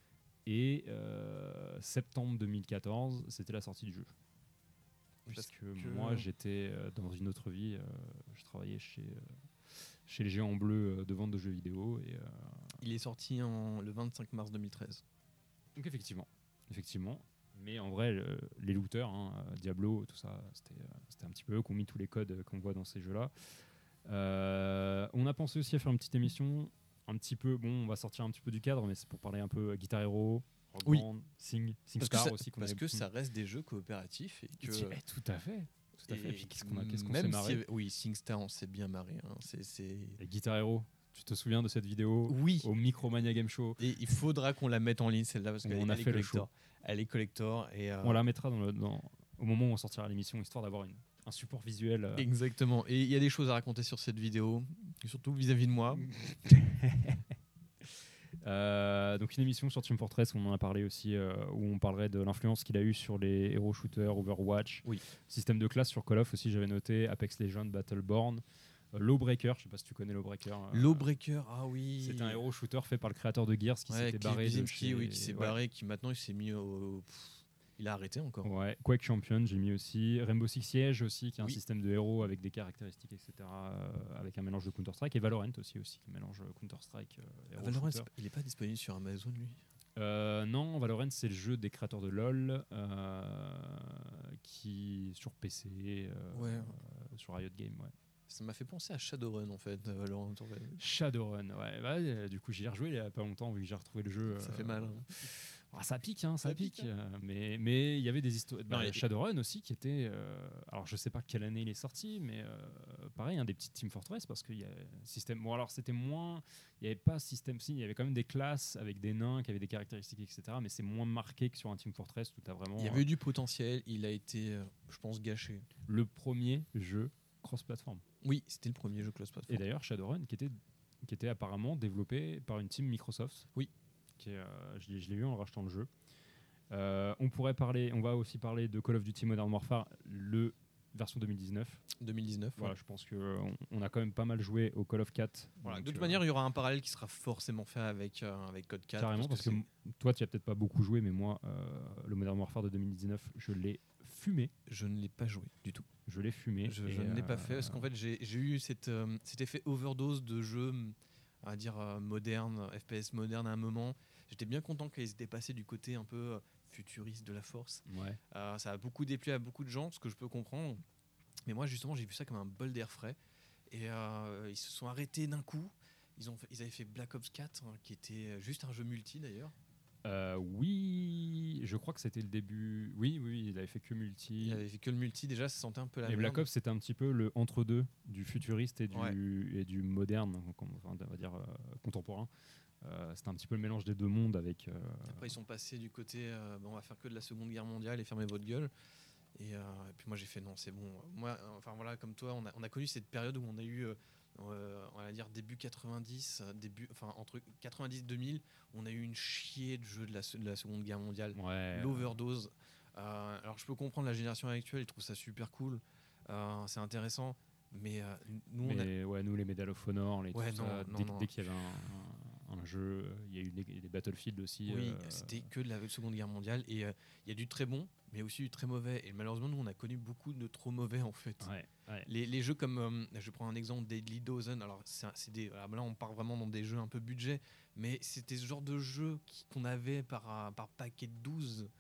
Et euh, septembre deux mille quatorze, c'était la sortie du jeu. Parce Puisque que- moi, j'étais euh, dans une autre vie. euh, je travaillais chez, euh, chez les géants bleus euh, de vente de jeux vidéo. Et, euh, Il est sorti en, le vingt-cinq mars deux mille treize. donc, effectivement. effectivement. Mais en vrai, le- les looters, hein, euh, Diablo, tout ça, c'était euh, c'était un petit peu eux qui ont mis tous les codes euh, qu'on voit dans ces jeux-là. Euh, on a pensé aussi à faire une petite émission, un petit peu, bon, on va sortir un petit peu du cadre, mais c'est pour parler un peu euh, Guitar Hero, Rock Oui. Band, Sing, Sing Parce que, Star ça, aussi. qu'on parce avait- que ça reste des jeux coopératifs et que. Eh, tout à fait. Tout à fait. Et puis, qu'est-ce qu'on a, qu'est-ce qu'on même s'est marré. si- oui, SingStar, on s'est bien marré. Hein. C'est, c'est... Et Guitar Hero, tu te souviens de cette vidéo Oui. au Micromania Game Show? Et il faudra qu'on la mette en ligne celle-là parce On qu'elle a elle est fait le collector. Elle est collector et euh, On la mettra dans le, dans, au moment où on sortira l'émission, histoire d'avoir une, un support visuel. euh, exactement. Et il y a des choses à raconter sur cette vidéo, surtout vis-à-vis de moi. Euh, donc une émission sur Team Fortress, on en a parlé aussi, euh, où on parlerait de l'influence qu'il a eu sur les hero shooters, Overwatch, Oui. système de classe sur Call of aussi, j'avais noté, Apex Legends, Battleborn, euh, Lawbreaker, je sais pas si tu connais Lawbreaker. euh, Lawbreaker, ah oui. C'est un hero shooter fait par le créateur de Gears qui Ouais, s'était Cliff barré de Bleszinski, chez- oui, qui s'est ouais. barré, qui maintenant il s'est mis au. Pff, il a arrêté encore. Ouais, Quake Champion, j'ai mis aussi. Rainbow Six Siege aussi, qui est un Oui. système de héros avec des caractéristiques, et cetera. euh, avec un mélange de Counter-Strike. Et Valorant aussi, aussi qui mélange Counter-Strike. euh, hero Valorant, shooter. c'est pas- il est pas disponible sur Amazon lui. Euh, non, Valorant, c'est le jeu des créateurs de LoL, euh, qui sur P C, euh, Ouais. euh, sur Riot Games. Ouais. Ça m'a fait penser à Shadowrun en fait. Euh, Laurent, Shadowrun, ouais. Bah, euh, du coup, j'y ai rejoué il y a pas longtemps vu que j'ai retrouvé le jeu. Ça euh, fait mal. Hein. Ah, ça pique, hein, ça, Ça pique. pique, hein. euh, mais mais il y avait des histoires. Bah, Non, il y a des- Shadowrun aussi qui était. euh, alors je sais pas quelle année il est sorti, mais euh, pareil, un des petits Team Fortress parce qu'il y a système. Bon alors c'était moins. Il n'y avait pas système. Si, il y avait quand même des classes avec des nains qui avaient des caractéristiques, et cetera. Mais c'est moins marqué que sur un Team Fortress où tu as vraiment. Il y avait eu du potentiel. Il a été, euh, je pense, gâché. Le premier jeu cross-platform. Oui, c'était le premier jeu cross-platform. Et d'ailleurs Shadowrun qui était qui était apparemment développé par une team Microsoft. Oui. Qui est, euh, je l'ai je l'ai vu en rachetant le jeu. Euh, on pourrait parler, on va aussi parler de Call of Duty Modern Warfare, le version deux mille dix-neuf. deux mille dix-neuf. Voilà, Ouais. je pense que euh, on, on a quand même pas mal joué au Call of quatre. Voilà, donc, de toute euh, manière, il y aura un parallèle qui sera forcément fait avec, euh, avec Code quatre. carrément parce que, c'est- m- toi tu as peut-être pas beaucoup joué, mais moi euh, le Modern Warfare de deux mille dix-neuf, je l'ai fumé, je ne l'ai pas joué du tout. je l'ai fumé. Je, et, je ne l'ai pas euh, fait parce qu'en fait, j'ai j'ai eu cette, euh, cet effet overdose de jeux, on va dire, euh, modernes, F P S modernes à un moment. J'étais bien content qu'ils étaient passés du côté un peu euh, futuriste de la force. Ouais. Euh, ça a beaucoup déplu à beaucoup de gens, ce que je peux comprendre. Mais moi, justement, j'ai vu ça comme un bol d'air frais. Et euh, ils se sont arrêtés d'un coup. Ils, ont fait- ils avaient fait Black Ops quatre, hein, qui était juste un jeu multi d'ailleurs. Euh, oui, je crois que c'était le début. Oui, oui, il avait fait que multi. Il avait fait que le multi, déjà, ça sentait un peu la Et merde. Black Ops, c'était un petit peu le entre-deux du futuriste et du, Ouais. et du moderne, donc, on- enfin, on va dire euh, contemporain. Euh, c'était un petit peu le mélange des deux mondes avec. euh, Après, ils sont passés du côté, euh, bon, on va faire que de la Seconde Guerre mondiale et fermer votre gueule. Et, euh, et puis moi, j'ai fait non, c'est bon. Moi, euh, enfin voilà, comme toi, on a, on a connu cette période où on a eu, euh, euh, on va dire début quatre-vingt-dix, euh, début, enfin entre quatre-vingt-dix et deux mille, on a eu une chier de jeux de la, de la Seconde Guerre mondiale. ouais. L'overdose. Euh, alors je peux comprendre la génération actuelle, ils trouvent ça super cool, euh, c'est intéressant, mais euh, nous on a... Mais ouais, nous, les Medal of Honor, les Ouais, tout non, ça, non, dès, non. dès qu'il y avait un, un- un jeu, euh, il y a eu des, des Battlefield aussi. Oui, euh, c'était que de la Seconde Guerre mondiale et euh, il y a du très bon, mais aussi du très mauvais. Et malheureusement, nous on a connu beaucoup de trop mauvais en fait. Ouais, ouais. Les, les jeux comme, euh, je prends un exemple, Deadly Dozen. Alors c'est un- c'est des, alors là on part vraiment dans des jeux un peu budget, mais c'était ce genre de jeu qui- qu'on avait par, euh, par paquet de douze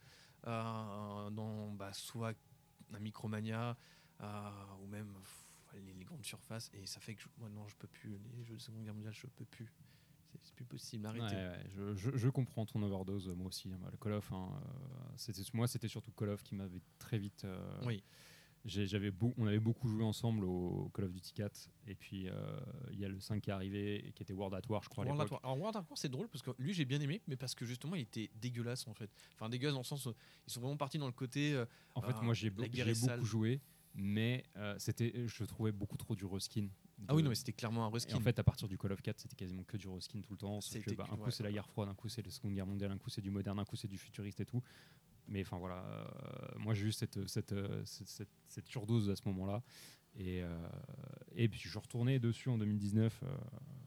euh, dans bah, soit un Micromania euh, ou même pff, les, les grandes surfaces. Et ça fait que je- moi non, je peux plus. Les jeux de Seconde Guerre mondiale, je peux plus. C'est c'est plus possible, Ouais, arrêtez. ouais, je, je- je comprends ton overdose, moi aussi. hein. Bah, le Call of, hein, euh, c'était, moi, c'était surtout Call of qui m'avait très vite. euh, Oui. j'ai- j'avais beau- on avait beaucoup joué ensemble au Call of Duty quatre, et puis euh, il y a le cinq qui est arrivé, et qui était World at War, je crois. à World at l'époque. War. Alors World at War c'est drôle parce que lui j'ai bien aimé, mais parce que justement il était dégueulasse en fait. Enfin dégueulasse dans le sens où ils sont vraiment partis dans le côté. euh, En fait, Ah, moi, j'ai, la beau- guerre j'ai est sale. beaucoup joué, mais euh, c'était, je trouvais beaucoup trop du reskin. Ah oui de- non mais c'était clairement un Et reskin. en fait, à partir du Call of quatre, c'était quasiment que du reskin tout le temps. Sauf que, C'était bah, que- un coup, ouais. c'est la guerre froide, un coup, c'est la Seconde Guerre mondiale, un coup, c'est du moderne, un coup, c'est du futuriste et tout. Mais enfin, voilà. euh, moi, j'ai eu cette, cette, euh, cette, cette, cette surdose à ce moment-là. Et, euh, et puis, je suis retourné dessus en deux mille dix-neuf. euh,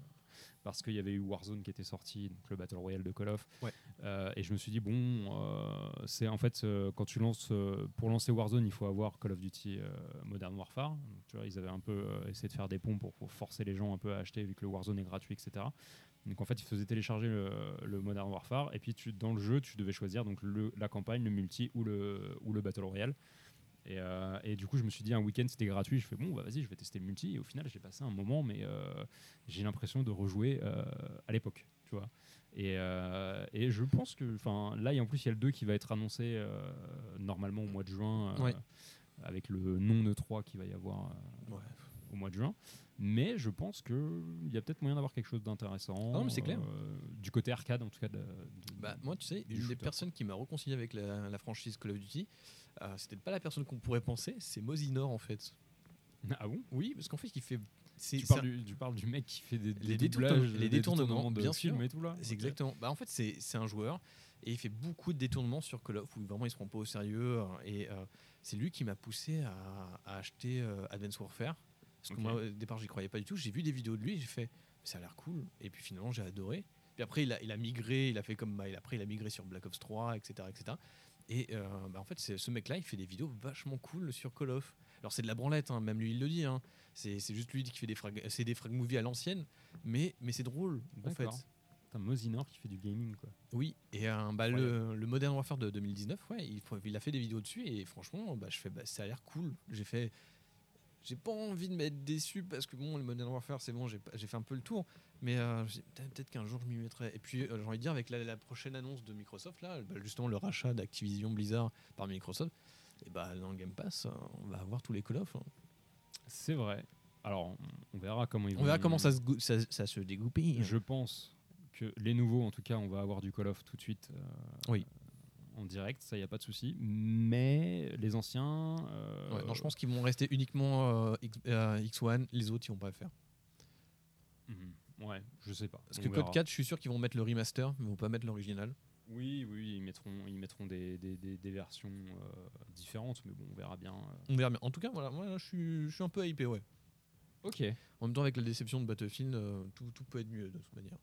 parce qu'il y avait eu Warzone qui était sorti, donc le Battle Royale de Call of. Ouais. Euh, et je me suis dit, bon, euh, c'est en fait, euh, quand tu lances, euh, pour lancer Warzone, il faut avoir Call of Duty euh, Modern Warfare. Donc, tu vois, ils avaient un peu euh, essayé de faire des ponts pour, pour forcer les gens un peu à acheter, vu que le Warzone est gratuit, et cetera. Donc en fait, ils faisaient télécharger le, le Modern Warfare, et puis tu, dans le jeu, tu devais choisir donc le, la campagne, le multi ou le, ou le Battle Royale. Et, euh, et du coup, je me suis dit, un week-end, c'était gratuit. Je fais, bon, bah, vas-y, je vais tester le multi. Et au final, j'ai passé un moment, mais euh, j'ai l'impression de rejouer euh, à l'époque, tu vois. Et, euh, et je pense que, enfin, là, et en plus, il y a le deux qui va être annoncé euh, normalement au mois de juin, euh, Ouais. avec le non E trois qui va y avoir euh, Ouais. au mois de juin. Mais je pense qu'il y a peut-être moyen d'avoir quelque chose d'intéressant. Ah non, mais c'est clair. euh, du côté arcade, en tout cas. De, de- Bah, moi, tu sais, du une des shooter. personnes qui m'a réconcilié avec la, la franchise Call of Duty, euh, c'était pas la personne qu'on pourrait penser, c'est Mosinor en fait. Ah bon? Oui, parce qu'en fait, il fait. C'est Tu c'est parles, du, tu parles du mec qui fait des, Les des détournements- doublages, les des détournements, de bien films sûr. et tout là. C'est Ok. exactement. Bah, en fait, c'est c'est un joueur et il fait beaucoup de détournements sur Call of où vraiment il se prend pas au sérieux. euh, Et euh, c'est lui qui m'a poussé à, à acheter euh, Advanced Warfare. Parce que Ok. moi, au départ, j'y croyais pas du tout. J'ai vu des vidéos de lui, j'ai fait, ça a l'air cool. Et puis finalement, j'ai adoré. Puis après, il a, il a migré, il a fait comme. Bah, il- après, il a migré sur Black Ops trois, et cetera et cetera. Et euh, bah, en fait, c'est- ce mec-là, il fait des vidéos vachement cool sur Call of. Alors, c'est de la branlette, hein, même lui, il le dit. Hein. C'est c'est juste lui qui fait des frag, c'est des frag movies à l'ancienne. Mais, mais c'est drôle, en fait. D'accord. Putain, Mosinor qui fait du gaming, quoi. Oui, et euh, bah, le, le Modern Warfare de deux mille dix-neuf, ouais, il, faut- il a fait des vidéos dessus et franchement, bah, je fais, bah, ça a l'air cool. J'ai fait, j'ai pas envie de m'être déçu parce que bon, le Modern Warfare, c'est bon, j'ai, j'ai fait un peu le tour. Mais euh, peut-être qu'un jour je m'y mettrai. Et puis, euh, j'ai envie de dire, avec la, la prochaine annonce de Microsoft, là, bah, justement le rachat d'Activision Blizzard par Microsoft, et bah, dans le Game Pass, on va avoir tous les Call of. Hein. C'est vrai. Alors, on verra comment ils vont. On verra comment ça se, go- ça, ça se dégoupille. Je pense que les nouveaux, en tout cas, on va avoir du Call of tout de suite. Euh, oui. En direct, ça y a pas de souci. Mais les anciens. Euh... Ouais, non, je pense qu'ils vont rester uniquement euh, X, euh, X un. Les autres, ils vont pas le faire. Mmh. Ouais, je sais pas. Parce on que verra. Code quatre, je suis sûr qu'ils vont mettre le remaster, mais ils vont pas mettre l'original. Oui, oui, ils mettront, ils mettront des, des, des, des versions euh, différentes, mais bon, on verra bien. Euh... On verra bien. En tout cas, voilà, moi, je suis, je suis un peu hypé, ouais. Ok. En même temps, avec la déception de Battlefield, euh, tout, tout peut être mieux de toute manière.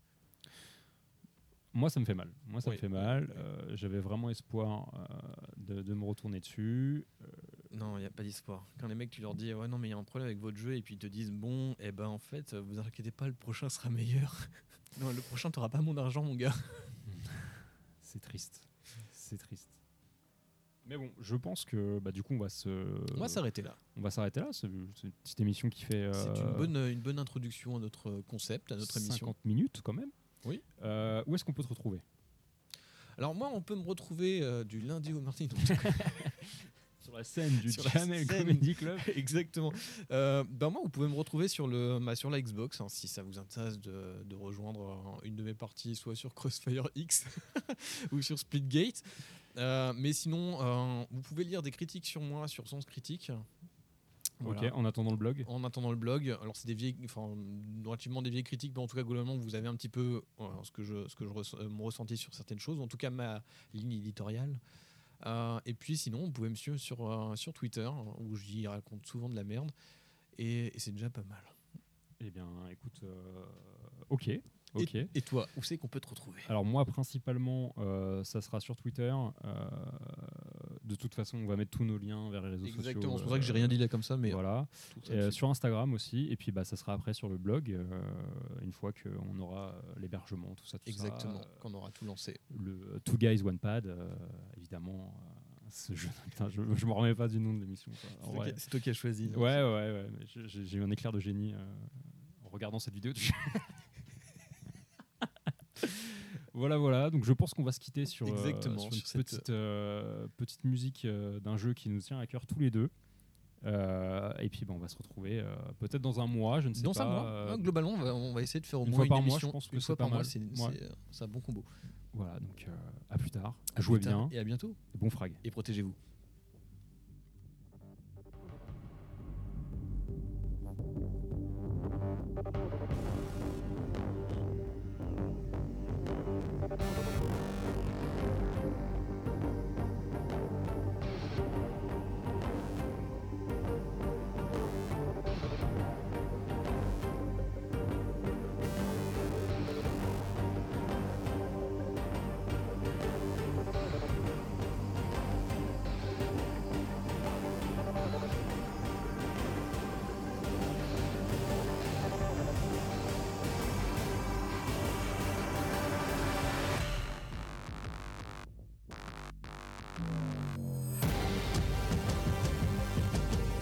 Moi, ça me fait mal. Moi, ça oui, me fait mal. Oui, oui. Euh, j'avais vraiment espoir euh, de, de me retourner dessus. Euh... Non, il n'y a pas d'espoir. Quand les mecs, tu leur dis, ouais, non, mais il y a un problème avec votre jeu, et puis ils te disent, bon, eh ben, en fait, vous inquiétez pas, le prochain sera meilleur. Non, le prochain, t'auras pas mon argent, mon gars. C'est triste. C'est triste. Mais bon, je pense que bah, du coup, on va se. On va s'arrêter là. On va s'arrêter là. C'est une petite émission qui fait. Euh, C'est une bonne, une bonne introduction à notre concept, à notre émission. cinquante minutes quand même. Oui. Euh, où est-ce qu'on peut te retrouver ? Alors, moi, on peut me retrouver euh, du lundi au mardi. Donc... sur la scène du sur la Jamel scène. Comedy Club. Exactement. Euh, ben moi, vous pouvez me retrouver sur, le, bah, sur la Xbox, hein, si ça vous intéresse de, de rejoindre une de mes parties, soit sur Crossfire X ou sur Splitgate. Euh, mais sinon, euh, vous pouvez lire des critiques sur moi sur Sens Critique. Voilà. Ok, en attendant le blog. En attendant le blog. Alors, c'est des vieilles, enfin, relativement des vieilles critiques, mais en tout cas, globalement, vous avez un petit peu voilà, ce que je, ce que je res, mon ressenti sur certaines choses, en tout cas, ma ligne éditoriale. Euh, et puis sinon, vous pouvez me suivre sur, euh, sur Twitter, où j'y raconte souvent de la merde, et, et c'est déjà pas mal. Eh bien, écoute, euh, ok. ok. Et, et toi, où c'est qu'on peut te retrouver ? Alors moi, principalement, euh, ça sera sur Twitter. Euh, de toute façon, on va mettre tous nos liens vers les réseaux Exactement, sociaux. Exactement, c'est pour ça que j'ai rien dit là comme ça, mais voilà. Euh, sur Instagram aussi, et puis bah, ça sera après sur le blog, euh, une fois qu'on aura l'hébergement, tout ça, tout Exactement, ça. Exactement, qu'on aura tout lancé. Le Two Guys One Pad, euh, évidemment. Euh, ce jeu, putain, je, je me remets pas du nom de l'émission. C'est, toi, c'est toi qui as choisi. Non, ouais, ouais, ouais. J'ai, j'ai eu un éclair de génie euh, en regardant cette vidéo. Voilà, voilà. Donc je pense qu'on va se quitter sur, Exactement, euh, sur une sur petite, cette... euh, petite musique euh, d'un jeu qui nous tient à cœur tous les deux. Euh, et puis bah, on va se retrouver euh, peut-être dans un mois, je ne sais dans pas. Dans un mois. Euh, ouais, globalement, on va, on va essayer de faire au une moins fois par une mois, émission. je pense que une c'est fois pas par mal. mois, c'est, ouais. c'est, c'est un bon combo. Voilà, donc euh, à plus tard. À Jouez plus tard bien. et à bientôt. Bon frag. Et protégez-vous.